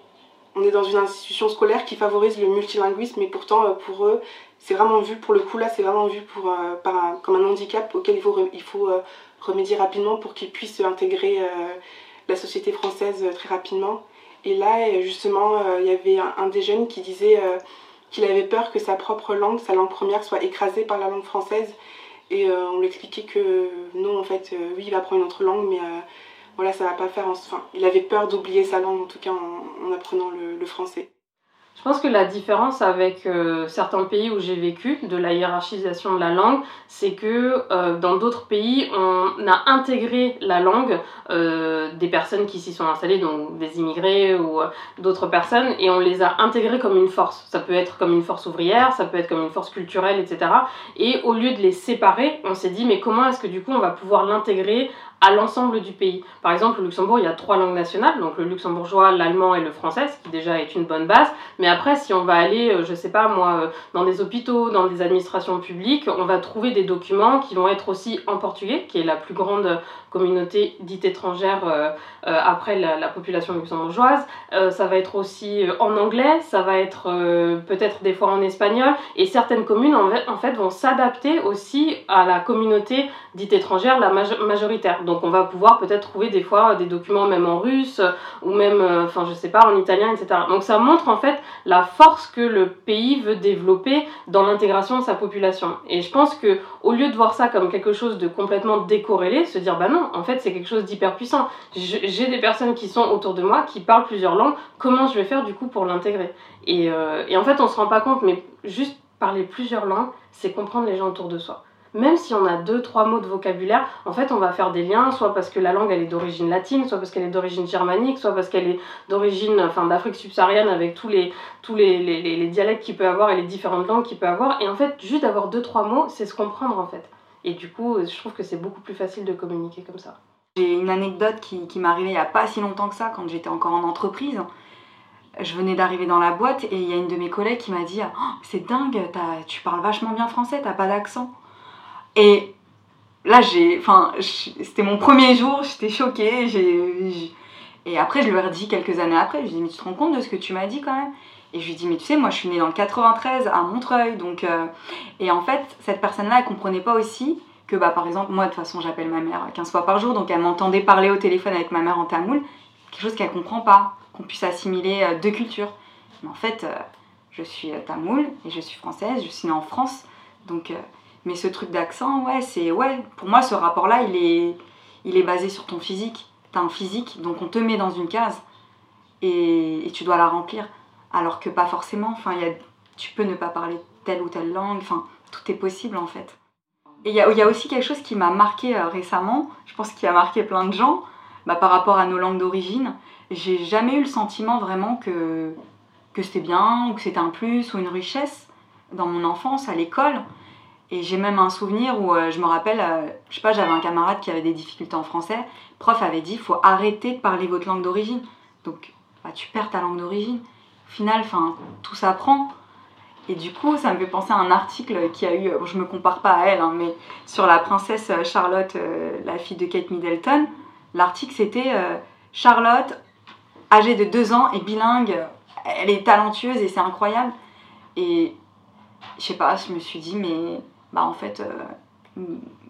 on est dans une institution scolaire qui favorise le multilinguisme, et pourtant euh, pour eux c'est vraiment vu, pour le coup là, c'est vraiment vu pour, euh, par un, comme un handicap auquel il faut, il faut euh, remédier rapidement pour qu'ils puissent intégrer euh, la société française euh, très rapidement. Et là, justement, euh, il y avait un, un des jeunes qui disait euh, qu'il avait peur que sa propre langue, sa langue première, soit écrasée par la langue française. Et euh, on lui expliquait que non, en fait, euh, oui, il va apprendre une autre langue, mais euh, voilà, ça va pas faire... En... Enfin, il avait peur d'oublier sa langue, en tout cas, en, en apprenant le, le français. Je pense que la différence avec euh, certains pays où j'ai vécu, de la hiérarchisation de la langue, c'est que euh, dans d'autres pays, on a intégré la langue euh, des personnes qui s'y sont installées, donc des immigrés ou euh, d'autres personnes, et on les a intégrées comme une force. Ça peut être comme une force ouvrière, ça peut être comme une force culturelle, et cetera. Et au lieu de les séparer, on s'est dit, mais comment est-ce que du coup on va pouvoir l'intégrer à l'ensemble du pays. Par exemple, au Luxembourg, il y a trois langues nationales, donc le luxembourgeois, l'allemand et le français, ce qui déjà est une bonne base. Mais après, si on va aller, je sais pas moi, dans des hôpitaux, dans des administrations publiques, on va trouver des documents qui vont être aussi en portugais, qui est la plus grande communauté dite étrangère euh, euh, après la, la population luxembourgeoise. Euh, ça va être aussi en anglais, ça va être euh, peut-être des fois en espagnol. Et certaines communes, en fait, en fait vont s'adapter aussi à la communauté dite étrangère, la maj- majoritaire. Donc on va pouvoir peut-être trouver des fois des documents même en russe ou même, enfin euh, je sais pas, en italien, et cetera. Donc ça montre en fait la force que le pays veut développer dans l'intégration de sa population. Et je pense que au lieu de voir ça comme quelque chose de complètement décorrélé, se dire bah non, en fait c'est quelque chose d'hyper puissant. J'ai des personnes qui sont autour de moi qui parlent plusieurs langues, comment je vais faire du coup pour l'intégrer ? Et, euh, et en fait on se rend pas compte, mais juste parler plusieurs langues, c'est comprendre les gens autour de soi. Même si on a deux, trois mots de vocabulaire, en fait, on va faire des liens, soit parce que la langue, elle est d'origine latine, soit parce qu'elle est d'origine germanique, soit parce qu'elle est d'origine, enfin, d'Afrique subsaharienne, avec tous les, tous les, les, les, les dialectes qu'il peut avoir et les différentes langues qu'il peut avoir. Et en fait, juste d'avoir deux, trois mots, c'est se comprendre, en fait. Et du coup, je trouve que c'est beaucoup plus facile de communiquer comme ça. J'ai une anecdote qui, qui m'est arrivée il n'y a pas si longtemps que ça, quand j'étais encore en entreprise. Je venais d'arriver dans la boîte et il y a une de mes collègues qui m'a dit oh, « C'est dingue, t'as, tu parles vachement bien français, t'as pas d'accent. » Et là, j'ai, enfin, c'était mon premier jour, j'étais choquée. J'ai, j'ai... Et après, je lui ai dit quelques années après, je lui ai dit, mais tu te rends compte de ce que tu m'as dit quand même ? Et je lui ai dit, mais tu sais, moi je suis née dans le quatre-vingt-treize à Montreuil. Donc, euh... Et en fait, cette personne-là, elle comprenait pas aussi que, bah, par exemple, moi de toute façon, j'appelle ma mère quinze fois par jour, donc elle m'entendait parler au téléphone avec ma mère en tamoul, quelque chose qu'elle comprend pas, qu'on puisse assimiler euh, deux cultures. Mais en fait, euh, je suis euh, tamoul et je suis française, je suis née en France, donc. Euh... Mais ce truc d'accent, ouais, c'est ouais. Pour moi, ce rapport-là, il est, il est basé sur ton physique. T'as un physique, donc on te met dans une case et, et tu dois la remplir. Alors que pas forcément. Enfin, y a, tu peux ne pas parler telle ou telle langue. Enfin, tout est possible en fait. Et il y a, y a aussi quelque chose qui m'a marqué euh, récemment. Je pense qu'il a marqué plein de gens. Bah, par rapport à nos langues d'origine, j'ai jamais eu le sentiment vraiment que que c'était bien ou que c'était un plus ou une richesse dans mon enfance à l'école. Et j'ai même un souvenir où euh, je me rappelle, euh, je sais pas, j'avais un camarade qui avait des difficultés en français. Le prof avait dit, il faut arrêter de parler votre langue d'origine. Donc, bah, tu perds ta langue d'origine. Au final, tout s'apprend. Et du coup, ça me fait penser à un article qui a eu, bon, je me compare pas à elle, hein, mais sur la princesse Charlotte, euh, la fille de Kate Middleton. L'article, c'était euh, Charlotte, âgée de deux ans et bilingue. Elle est talentueuse et c'est incroyable. Et je sais pas, je me suis dit, mais... bah en fait, euh,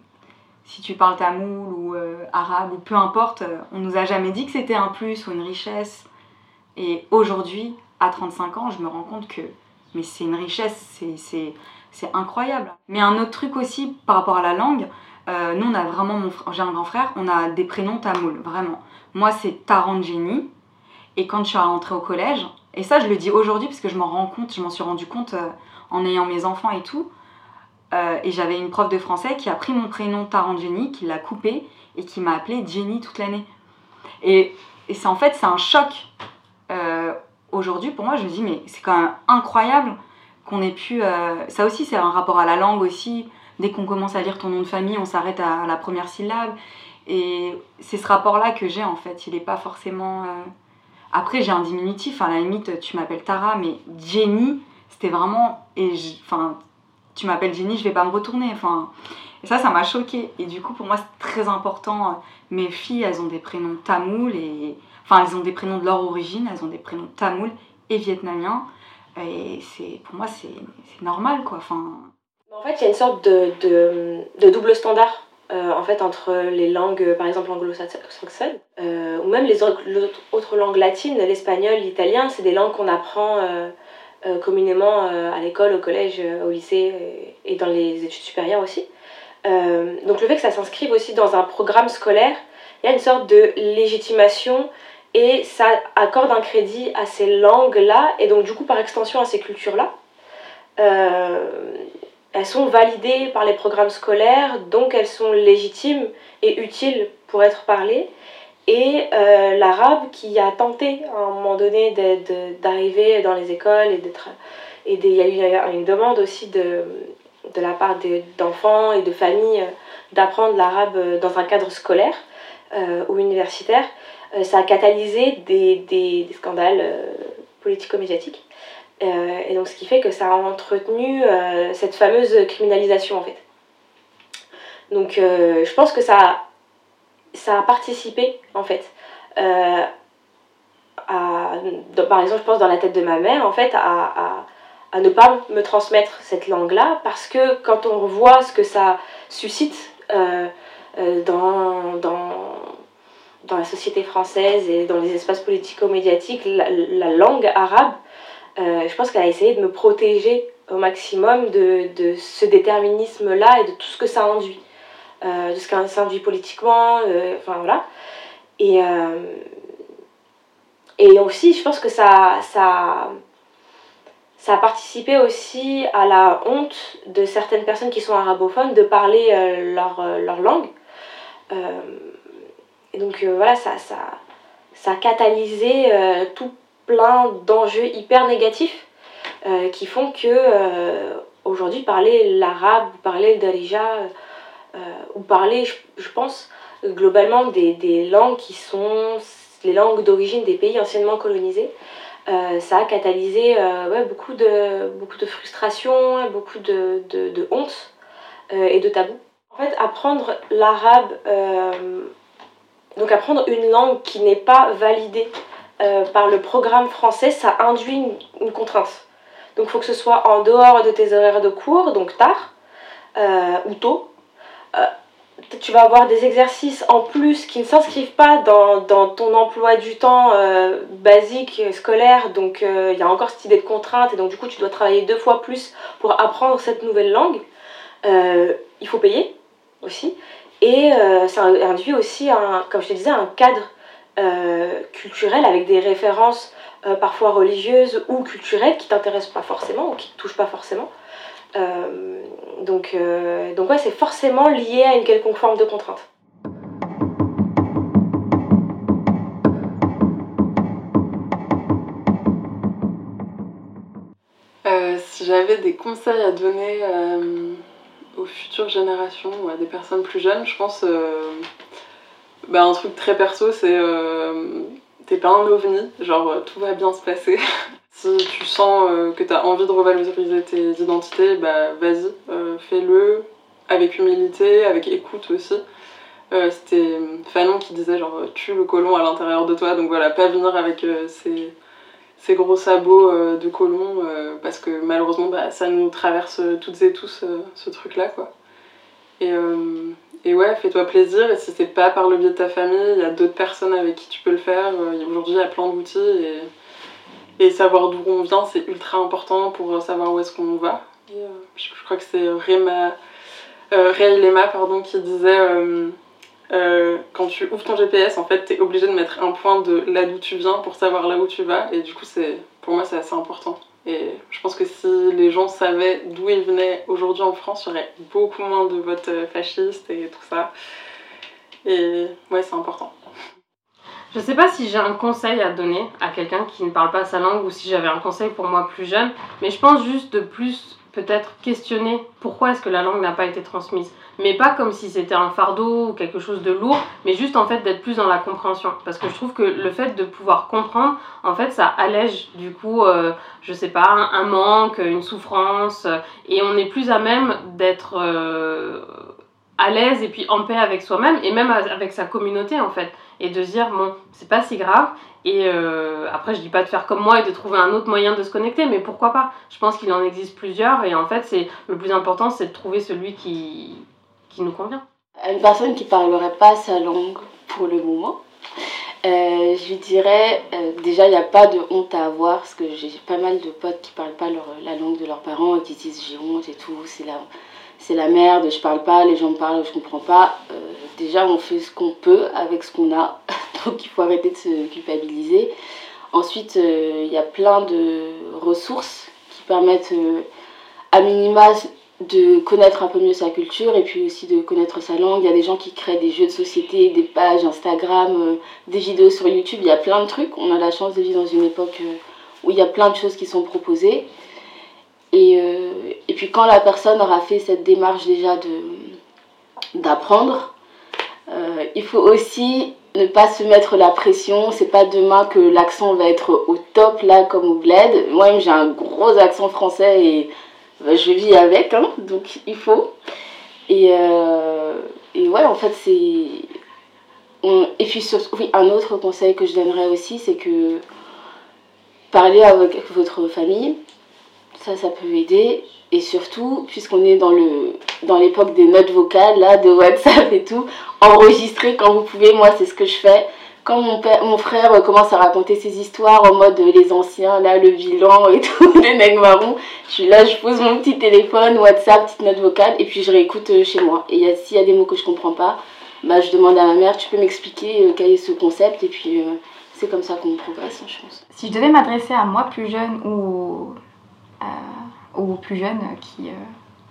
si tu parles tamoul ou euh, arabe ou peu importe, euh, on nous a jamais dit que c'était un plus ou une richesse. Et aujourd'hui, à trente-cinq ans, je me rends compte que mais c'est une richesse, c'est, c'est, c'est incroyable. Mais un autre truc aussi par rapport à la langue, Euh, nous, on a vraiment, mon fr- j'ai un grand frère, on a des prénoms tamouls, vraiment. Moi, c'est Taranjeni. Et quand je suis rentrée au collège, et ça, je le dis aujourd'hui parce que je m'en rends compte, je m'en suis rendu compte euh, en ayant mes enfants et tout. Euh, et j'avais une prof de français qui a pris mon prénom Taranjeni, qui l'a coupé et qui m'a appelée Jenny toute l'année. Et, et c'est en fait, c'est un choc. Euh, aujourd'hui, pour moi, je me dis, mais c'est quand même incroyable qu'on ait pu... Euh, ça aussi, c'est un rapport à la langue aussi. Dès qu'on commence à lire ton nom de famille, on s'arrête à, à la première syllabe. Et c'est ce rapport-là que j'ai, en fait. Il n'est pas forcément... Euh... Après, j'ai un diminutif. À la limite, tu m'appelles Tara, mais Jenny, c'était vraiment... Et je... Enfin, tu m'appelles Jenny, je vais pas me retourner. Enfin... Et ça, ça m'a choquée. Et du coup, pour moi, c'est très important. Mes filles, elles ont des prénoms tamouls. Et... Enfin, elles ont des prénoms de leur origine. Elles ont des prénoms tamouls et vietnamiens. Et c'est, pour moi, c'est, c'est normal, quoi. Enfin... En fait, il y a une sorte de, de, de double standard euh, en fait, entre les langues, par exemple, anglo-saxonnes, euh, ou même les autres, les autres langues latines, l'espagnol, l'italien. C'est des langues qu'on apprend euh, euh, communément euh, à l'école, au collège, au lycée et dans les études supérieures aussi. Euh, donc le fait que ça s'inscrive aussi dans un programme scolaire, il y a une sorte de légitimation et ça accorde un crédit à ces langues-là et donc du coup par extension à ces cultures-là. Euh, elles sont validées par les programmes scolaires, donc elles sont légitimes et utiles pour être parlées. Et euh, l'arabe qui a tenté à un moment donné de, de, d'arriver dans les écoles et d'être, et il y a eu une demande aussi de de la part de, d'enfants et de familles d'apprendre l'arabe dans un cadre scolaire euh, ou universitaire, euh, ça a catalysé des, des, des scandales euh, politico-médiatiques. Euh, et donc ce qui fait que ça a entretenu euh, cette fameuse criminalisation en fait. Donc euh, je pense que ça a, ça a participé en fait euh, à, dans, par exemple je pense dans la tête de ma mère en fait à, à à ne pas me transmettre cette langue-là, parce que quand on voit ce que ça suscite euh, euh, dans, dans, dans la société française et dans les espaces politico-médiatiques, la, la langue arabe, euh, je pense qu'elle a essayé de me protéger au maximum de, de ce déterminisme-là et de tout ce que ça induit, euh, de ce que ça induit politiquement, euh, enfin voilà. Et, euh, et aussi, je pense que ça... ça Ça a participé aussi à la honte de certaines personnes qui sont arabophones de parler euh, leur, euh, leur langue. Euh, et donc euh, voilà, ça, ça, ça a catalysé euh, tout plein d'enjeux hyper négatifs euh, qui font que euh, aujourd'hui parler l'arabe, parler le darija, euh, ou parler, je, je pense, globalement des, des langues qui sont les langues d'origine des pays anciennement colonisés, Euh, ça a catalysé euh, ouais, beaucoup, de, beaucoup de frustration, beaucoup de, de, de honte euh, et de tabou. En fait, apprendre l'arabe, euh, donc apprendre une langue qui n'est pas validée euh, par le programme français, ça induit une, une contrainte. Donc il faut que ce soit en dehors de tes horaires de cours, donc tard euh, ou tôt. Euh, tu vas avoir des exercices en plus qui ne s'inscrivent pas dans, dans ton emploi du temps euh, basique, scolaire, donc il euh, y a encore cette idée de contrainte et donc du coup tu dois travailler deux fois plus pour apprendre cette nouvelle langue. Euh, il faut payer aussi et euh, ça induit aussi, un, comme je te disais, un cadre euh, culturel avec des références euh, parfois religieuses ou culturelles qui ne t'intéressent pas forcément ou qui ne te touchent pas forcément. Euh, donc, euh, donc ouais, c'est forcément lié à une quelconque forme de contrainte. Euh, si j'avais des conseils à donner euh, aux futures générations ou à des personnes plus jeunes, je pense euh, bah, un truc très perso, c'est euh, t'es pas un ovni, genre tout va bien se passer. Si tu sens euh, que tu as envie de revaloriser tes identités, bah vas-y, euh, fais-le avec humilité, avec écoute aussi. Euh, c'était Fanon qui disait genre tue le colon à l'intérieur de toi, donc voilà, pas venir avec euh, ces, ces gros sabots euh, de colon, euh, parce que malheureusement bah, ça nous traverse toutes et tous euh, ce truc-là quoi. Et, euh, et ouais, fais-toi plaisir, et si c'est pas par le biais de ta famille, il y a d'autres personnes avec qui tu peux le faire. Euh, aujourd'hui il y a plein d'outils et Et savoir d'où on vient, c'est ultra important pour savoir où est-ce qu'on va. Et, euh, je, je crois que c'est Rema, euh, Ray Lema, pardon, qui disait euh, euh, quand tu ouvres ton G P S, en fait, t'es obligé de mettre un point de là d'où tu viens pour savoir là où tu vas. Et du coup, c'est, pour moi, c'est assez important. Et je pense que si les gens savaient d'où ils venaient aujourd'hui en France, il y aurait beaucoup moins de votes fascistes et tout ça. Et ouais, c'est important. Je sais pas si j'ai un conseil à donner à quelqu'un qui ne parle pas sa langue ou si j'avais un conseil pour moi plus jeune, mais je pense juste de plus peut-être questionner pourquoi est-ce que la langue n'a pas été transmise. Mais pas comme si c'était un fardeau ou quelque chose de lourd, mais juste en fait d'être plus dans la compréhension. Parce que je trouve que le fait de pouvoir comprendre, en fait ça allège du coup, euh, je sais pas, un, un manque, une souffrance, et on est plus à même d'être euh, à l'aise et puis en paix avec soi-même et même avec sa communauté en fait. Et de se dire, bon, c'est pas si grave. Et euh, après, je dis pas de faire comme moi et de trouver un autre moyen de se connecter, mais pourquoi pas ? Je pense qu'il en existe plusieurs et en fait, c'est, le plus important, c'est de trouver celui qui, qui nous convient. À une personne qui parlerait pas sa langue pour le moment, euh, je lui dirais, euh, déjà, il n'y a pas de honte à avoir, parce que j'ai pas mal de potes qui parlent pas leur, la langue de leurs parents et qui disent j'ai honte et tout, c'est la... c'est la merde, je parle pas, les gens me parlent, je comprends pas. Euh, déjà, on fait ce qu'on peut avec ce qu'on a, donc il faut arrêter de se culpabiliser. Ensuite, il euh, y a plein de ressources qui permettent euh, à minima de connaître un peu mieux sa culture et puis aussi de connaître sa langue. Il y a des gens qui créent des jeux de société, des pages Instagram, euh, des vidéos sur YouTube, il y a plein de trucs. On a la chance de vivre dans une époque euh, où il y a plein de choses qui sont proposées. Et, euh, et puis quand la personne aura fait cette démarche déjà de, d'apprendre, euh, il faut aussi ne pas se mettre la pression. C'est pas demain que l'accent va être au top, là, comme au bled. Moi-même, j'ai un gros accent français et bah, je vis avec, hein, donc il faut. Et, euh, et ouais, en fait, c'est... On... Et puis, surtout, oui, un autre conseil que je donnerais aussi, c'est que parler avec votre famille, ça, ça peut aider. Et surtout, puisqu'on est dans, le, dans l'époque des notes vocales, là, de WhatsApp et tout, enregistrer quand vous pouvez. Moi, c'est ce que je fais. Quand mon, père, mon frère commence à raconter ses histoires en mode les anciens, là, le bilan et tout, les mecs marrons, je suis là, je pose mon petit téléphone, WhatsApp, petite note vocale, et puis je réécoute chez moi. Et y a, s'il y a des mots que je comprends pas, bah, je demande à ma mère, tu peux m'expliquer quel est ce concept, et puis euh, c'est comme ça qu'on progresse, je pense. Si je devais m'adresser à moi plus jeune ou... Euh... aux plus jeunes qui, euh,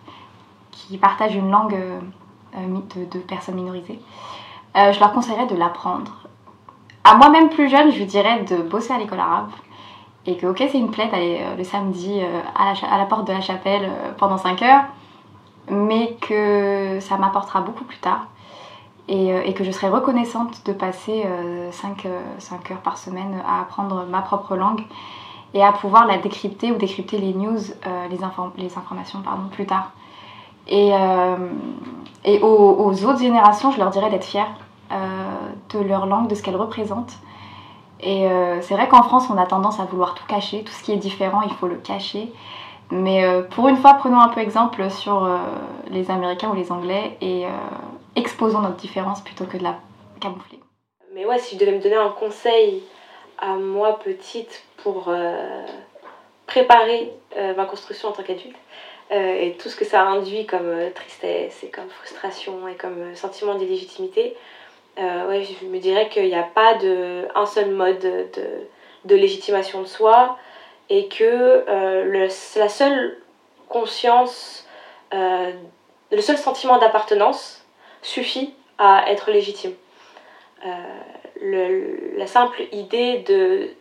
qui partagent une langue euh, de, de personnes minorisées, euh, je leur conseillerais de l'apprendre. À moi-même plus jeune, je lui dirais de bosser à l'école arabe et que ok, c'est une plaie d'aller euh, le samedi euh, à, la, à la porte de la chapelle euh, pendant cinq heures, mais que ça m'apportera beaucoup plus tard et, euh, et que je serais reconnaissante de passer euh, cinq heures par semaine à apprendre ma propre langue et à pouvoir la décrypter ou décrypter les news, euh, les, inform- les informations pardon, plus tard. Et, euh, et aux, aux autres générations, je leur dirais d'être fiers euh, de leur langue, de ce qu'elle représente. Et euh, c'est vrai qu'en France, on a tendance à vouloir tout cacher, tout ce qui est différent, il faut le cacher. Mais euh, pour une fois, prenons un peu exemple sur euh, les Américains ou les Anglais et euh, exposons notre différence plutôt que de la camoufler. Mais ouais, si je devais me donner un conseil à moi petite pour euh, préparer euh, ma construction en tant qu'adulte euh, et tout ce que ça induit comme euh, tristesse et comme frustration et comme euh, sentiment d'illégitimité, euh, ouais, je me dirais qu'il n'y a pas de, un seul mode de, de légitimation de soi et que euh, le, la seule conscience, euh, le seul sentiment d'appartenance suffit à être légitime. Euh, le, la simple idée de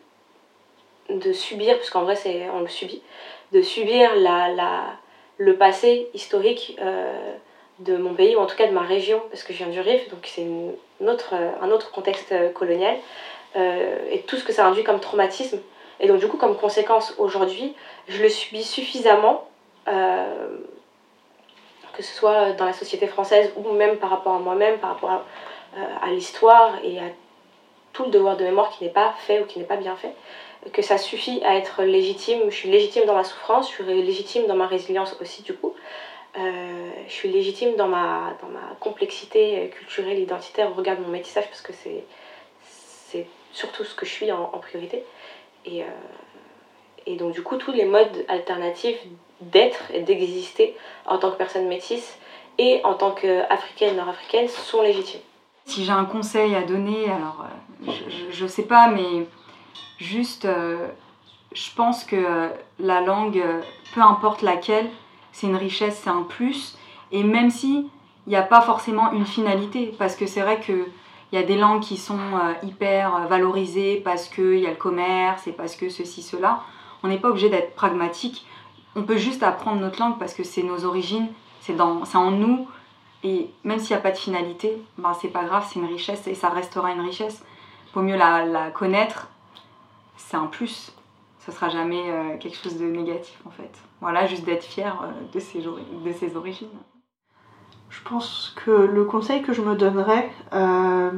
de subir, parce qu'en vrai c'est, on le subit, de subir la, la, le passé historique euh, de mon pays, ou en tout cas de ma région, parce que je viens du Rif, donc c'est une, une autre, un autre contexte colonial, euh, et tout ce que ça induit comme traumatisme. Et donc du coup, comme conséquence, aujourd'hui, je le subis suffisamment, euh, que ce soit dans la société française, ou même par rapport à moi-même, par rapport à, euh, à l'histoire, et à tout le devoir de mémoire qui n'est pas fait ou qui n'est pas bien fait, que ça suffit à être légitime. Je suis légitime dans ma souffrance, je suis légitime dans ma résilience aussi du coup. Euh, je suis légitime dans ma, dans ma complexité culturelle, identitaire au regard de mon métissage parce que c'est, c'est surtout ce que je suis en, en priorité. Et, euh, et donc du coup tous les modes alternatifs d'être et d'exister en tant que personne métisse et en tant qu'Africaine, Nord-Africaine, sont légitimes. Si j'ai un conseil à donner, alors euh, je, je sais pas, mais juste, euh, je pense que euh, la langue, euh, peu importe laquelle, c'est une richesse, c'est un plus. Et même si il n'y a pas forcément une finalité, parce que c'est vrai qu'il y a des langues qui sont euh, hyper valorisées parce qu'il y a le commerce et parce que ceci, cela, on n'est pas obligé d'être pragmatique. On peut juste apprendre notre langue parce que c'est nos origines, c'est, dans, c'est en nous. Et même s'il n'y a pas de finalité, ben c'est pas grave, c'est une richesse et ça restera une richesse. Il vaut mieux la, la connaître, c'est un plus. Ce sera jamais euh, quelque chose de négatif en fait. Voilà, juste d'être fier euh, de, ses, de ses origines. Je pense que le conseil que je me donnerais euh,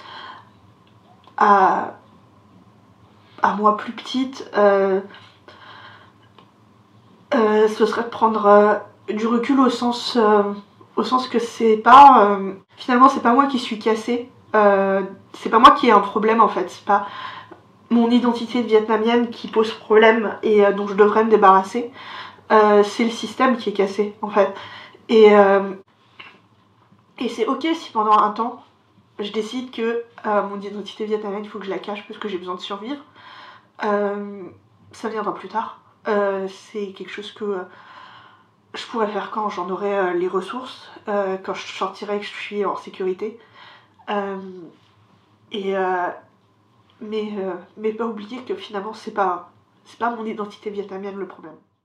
à, à moi plus petite, euh, euh, ce serait de prendre euh, du recul au sens, euh, au sens que c'est pas... Euh, finalement, c'est pas moi qui suis cassée. Euh, c'est pas moi qui ai un problème en fait. C'est pas mon identité de vietnamienne qui pose problème et euh, dont je devrais me débarrasser. Euh, c'est le système qui est cassé en fait. Et... Euh, Et c'est ok si pendant un temps, je décide que euh, mon identité vietnamienne, il faut que je la cache parce que j'ai besoin de survivre. Euh, ça viendra plus tard. Euh, c'est quelque chose que euh, je pourrais faire quand j'en aurai euh, les ressources, euh, quand je sortirai, que je suis en sécurité. Euh, et, euh, mais, euh, mais pas oublier que finalement, c'est pas, c'est pas mon identité vietnamienne le problème.